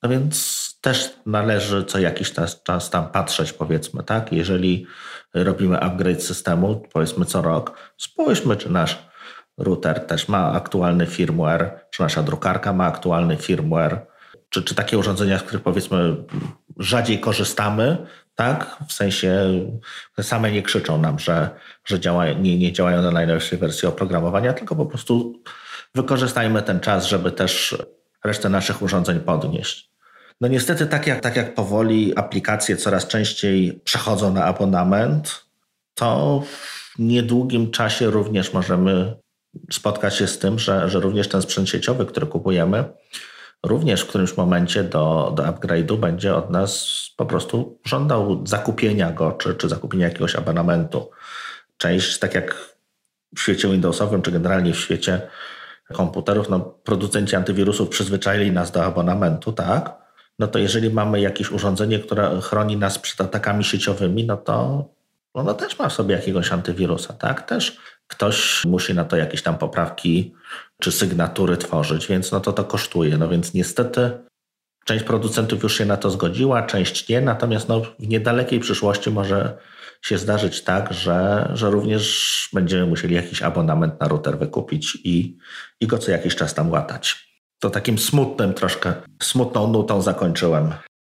Speaker 1: No więc też należy co jakiś czas, czas tam patrzeć, powiedzmy, tak? Jeżeli robimy upgrade systemu, powiedzmy co rok, spójrzmy, czy nasz router też ma aktualny firmware, czy nasza drukarka ma aktualny firmware, czy, czy takie urządzenia, z których powiedzmy rzadziej korzystamy, tak? W sensie same nie krzyczą nam, że, że działa, nie, nie działają na najnowszej wersji oprogramowania, tylko po prostu wykorzystajmy ten czas, żeby też resztę naszych urządzeń podnieść. No niestety tak jak, tak jak powoli aplikacje coraz częściej przechodzą na abonament, to w niedługim czasie również możemy spotkać się z tym, że, że również ten sprzęt sieciowy, który kupujemy, również w którymś momencie do, do upgrade'u będzie od nas po prostu żądał zakupienia go, czy, czy zakupienia jakiegoś abonamentu. Część, tak jak w świecie Windowsowym, czy generalnie w świecie komputerów, no producenci antywirusów przyzwyczaili nas do abonamentu, tak? No to jeżeli mamy jakieś urządzenie, które chroni nas przed atakami sieciowymi, no to ono też ma w sobie jakiegoś antywirusa, tak? Też ktoś musi na to jakieś tam poprawki czy sygnatury tworzyć, więc no to to kosztuje. No więc niestety część producentów już się na to zgodziła, część nie, natomiast no w niedalekiej przyszłości może się zdarzyć tak, że, że również będziemy musieli jakiś abonament na router wykupić i, i go co jakiś czas tam łatać. To takim smutnym troszkę, smutną nutą zakończyłem.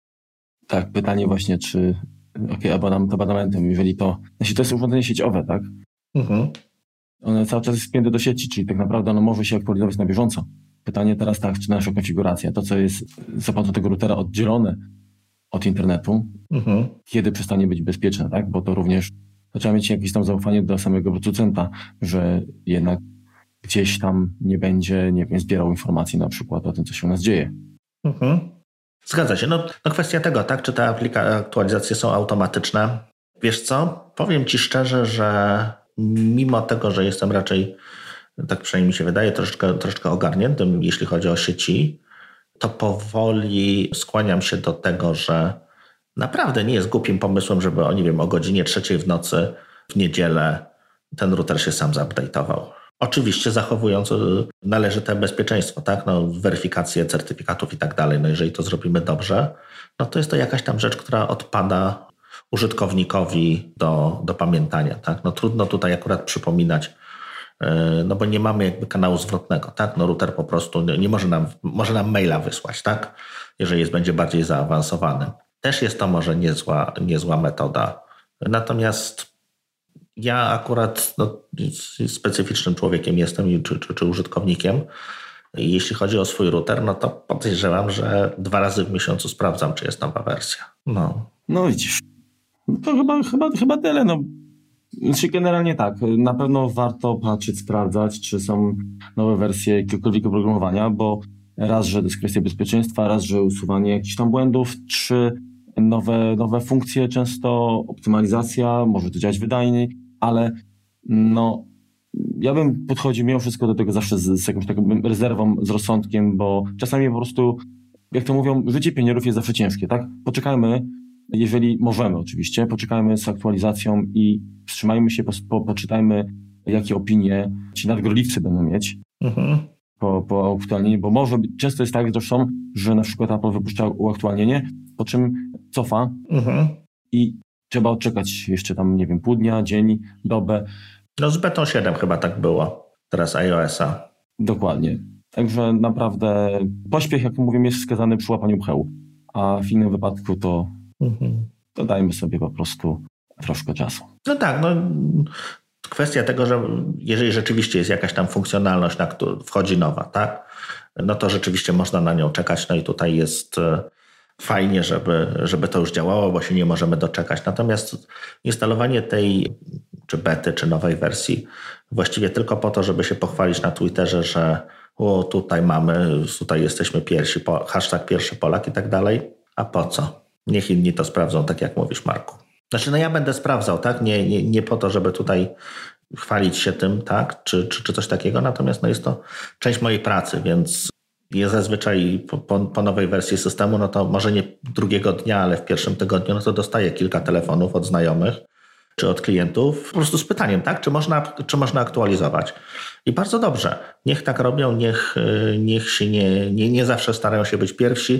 Speaker 2: Tak, pytanie właśnie, czy okay, abonament abonamentem, jeżeli to, znaczy to jest urządzenie sieciowe, tak? Mhm. Ono cały czas jest spięte do sieci, czyli tak naprawdę ono może się aktualizować na bieżąco. Pytanie teraz tak, czy nasza konfiguracja, to co jest za pomocą tego routera oddzielone od internetu, mhm. kiedy przestanie być bezpieczne, tak? Bo to również to trzeba mieć jakieś tam zaufanie do samego producenta, że jednak gdzieś tam nie będzie, nie wiem, zbierał informacji na przykład o tym, co się u nas dzieje.
Speaker 1: Mhm. Zgadza się. No, no kwestia tego, tak? Czy te aplika- aktualizacje są automatyczne? Wiesz co? Powiem ci szczerze, że mimo tego, że jestem raczej, tak przynajmniej mi się wydaje, troszeczkę, troszeczkę ogarniętym, jeśli chodzi o sieci, to powoli skłaniam się do tego, że naprawdę nie jest głupim pomysłem, żeby o, nie wiem, o godzinie trzeciej w nocy w niedzielę ten router się sam zupdate'ował. Oczywiście zachowując należyte bezpieczeństwo, tak? No, weryfikację certyfikatów i tak dalej. No jeżeli to zrobimy dobrze, no to jest to jakaś tam rzecz, która odpada użytkownikowi do, do pamiętania, tak? No trudno tutaj akurat przypominać, no bo nie mamy jakby kanału zwrotnego, tak? No router po prostu nie może nam, może nam maila wysłać, tak? Jeżeli jest, będzie bardziej zaawansowany. Też jest to może niezła, niezła metoda. Natomiast ja akurat no, specyficznym człowiekiem jestem, czy, czy, czy użytkownikiem. Jeśli chodzi o swój router, no to podejrzewam, że dwa razy w miesiącu sprawdzam, czy jest nowa wersja. No,
Speaker 2: no widzisz. To chyba, chyba, chyba tyle. No. Znaczy generalnie tak, na pewno warto patrzeć, sprawdzać, czy są nowe wersje jakiegokolwiek oprogramowania, bo raz, że to jest kwestia bezpieczeństwa, raz, że usuwanie jakichś tam błędów, trzy, nowe, nowe funkcje, często optymalizacja, może to działać wydajniej, ale no ja bym podchodził mimo wszystko do tego zawsze z, z jakąś taką rezerwą, z rozsądkiem, bo czasami po prostu, jak to mówią, życie pionierów jest zawsze ciężkie, tak? Poczekajmy, jeżeli możemy oczywiście, poczekajmy z aktualizacją i wstrzymajmy się, po, po, poczytajmy, jakie opinie ci nadgorliwcy będą mieć mhm. po, po aktualnieniu, bo może często jest tak zresztą, że na przykład Apple wypuszcza uaktualnienie, po czym cofa mhm. i trzeba odczekać jeszcze tam, nie wiem, pół dnia, dzień, dobę.
Speaker 1: No z betą siedem chyba tak było, teraz iOS-a.
Speaker 2: Dokładnie. Także naprawdę pośpiech, jak mówię, jest wskazany przy łapaniu pchełu, a w innym wypadku to, mhm. to dajmy sobie po prostu troszkę czasu.
Speaker 1: No tak, no kwestia tego, że jeżeli rzeczywiście jest jakaś tam funkcjonalność, na którą wchodzi nowa, tak, no to rzeczywiście można na nią czekać, no i tutaj jest fajnie, żeby, żeby to już działało, bo się nie możemy doczekać. Natomiast instalowanie tej czy bety, czy nowej wersji właściwie tylko po to, żeby się pochwalić na Twitterze, że o, tutaj mamy, tutaj jesteśmy pierwsi, hashtag pierwszy Polak i tak dalej. A po co? Niech inni to sprawdzą, tak jak mówisz, Marku. Znaczy, no ja będę sprawdzał, tak? Nie, nie, nie po to, żeby tutaj chwalić się tym, tak? Czy, czy, czy coś takiego, natomiast no jest to część mojej pracy, więc ja zazwyczaj po, po, po nowej wersji systemu, no to może nie drugiego dnia, ale w pierwszym tygodniu, no to dostaję kilka telefonów od znajomych czy od klientów po prostu z pytaniem, tak? Czy można, czy można aktualizować? I bardzo dobrze. Niech tak robią, niech, niech się nie, nie, nie zawsze starają się być pierwsi,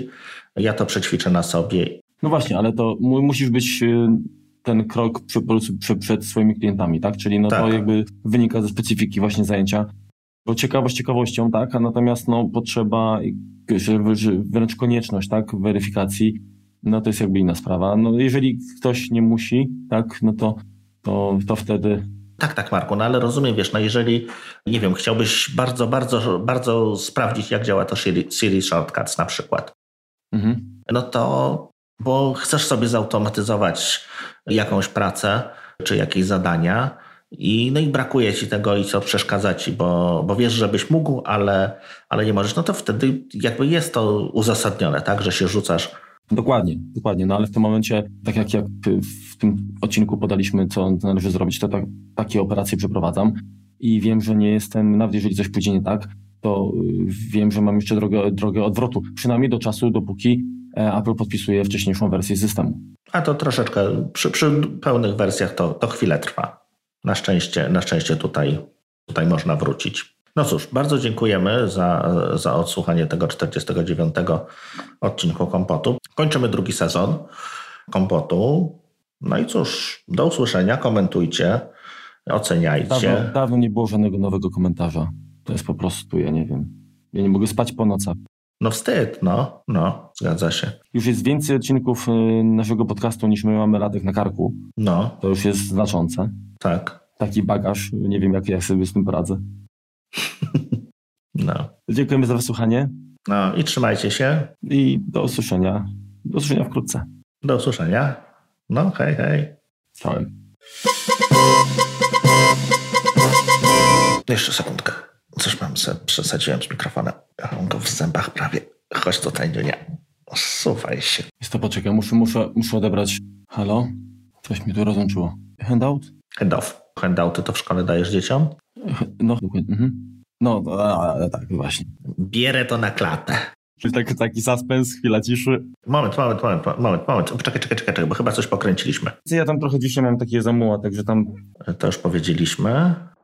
Speaker 1: ja to przećwiczę na sobie.
Speaker 2: No właśnie, ale to mu, musisz być ten krok przy, przy, przed swoimi klientami, tak? Czyli no tak. To jakby wynika ze specyfiki właśnie zajęcia. Bo ciekawość ciekawością, tak? A natomiast no potrzeba, wręcz konieczność, tak? Weryfikacji, no to jest jakby inna sprawa. No jeżeli ktoś nie musi, tak? No to, to, to wtedy...
Speaker 1: Tak, tak, Marku, no ale rozumiem, wiesz, no jeżeli, nie wiem, chciałbyś bardzo, bardzo, bardzo sprawdzić, jak działa to Siri Shortcuts na przykład, mhm. no to, bo chcesz sobie zautomatyzować jakąś pracę, czy jakieś zadania i, no i brakuje ci tego i co przeszkadza ci, bo, bo wiesz, żebyś mógł, ale, ale nie możesz, no to wtedy jakby jest to uzasadnione, tak, że się rzucasz.
Speaker 2: Dokładnie, dokładnie, no ale w tym momencie, tak jak, jak w tym odcinku podaliśmy, co należy zrobić, to tak, takie operacje przeprowadzam i wiem, że nie jestem, nawet jeżeli coś pójdzie nie tak, to wiem, że mam jeszcze drogę, drogę odwrotu, przynajmniej do czasu, dopóki Apple podpisuje wcześniejszą wersję systemu.
Speaker 1: A to troszeczkę, przy, przy pełnych wersjach to, to chwilę trwa. Na szczęście, na szczęście tutaj, tutaj można wrócić. No cóż, bardzo dziękujemy za, za odsłuchanie tego czterdziestego dziewiątego odcinku Kompotu. Kończymy drugi sezon Kompotu. No i cóż, do usłyszenia, komentujcie, oceniajcie.
Speaker 2: Dawno, dawno nie było żadnego nowego komentarza. To jest po prostu, ja nie wiem, ja nie mogę spać po nocach.
Speaker 1: No wstyd, no, no, zgadza się.
Speaker 2: Już jest więcej odcinków naszego podcastu niż my mamy Radek na karku.
Speaker 1: No.
Speaker 2: To już jest znaczące.
Speaker 1: Tak.
Speaker 2: Taki bagaż, nie wiem jak ja sobie z tym poradzę.
Speaker 1: No.
Speaker 2: Dziękujemy za wysłuchanie.
Speaker 1: No i trzymajcie się.
Speaker 2: I do usłyszenia. Do usłyszenia wkrótce.
Speaker 1: Do usłyszenia. No hej, hej.
Speaker 2: Czołem.
Speaker 1: Jeszcze sekundkę. Coś mam, se przesadziłem z mikrofonem. Ja mam go w zębach prawie. Chodź tutaj, nie. Suwaj się.
Speaker 2: Jest to, poczekaj, muszę, muszę, muszę odebrać. Halo? Coś mnie tu rozłączyło. Handout?
Speaker 1: Handoff. Handouty to w szkole dajesz dzieciom?
Speaker 2: No, mhm. No, a, a, tak, właśnie.
Speaker 1: Bierę to na klatę.
Speaker 2: Taki, taki suspens, chwila ciszy.
Speaker 1: Moment, moment, moment, moment, moment. Czekaj, czekaj, czekaj, bo chyba coś pokręciliśmy.
Speaker 2: Ja tam trochę dzisiaj mam takie zamuła, także tam...
Speaker 1: To już powiedzieliśmy.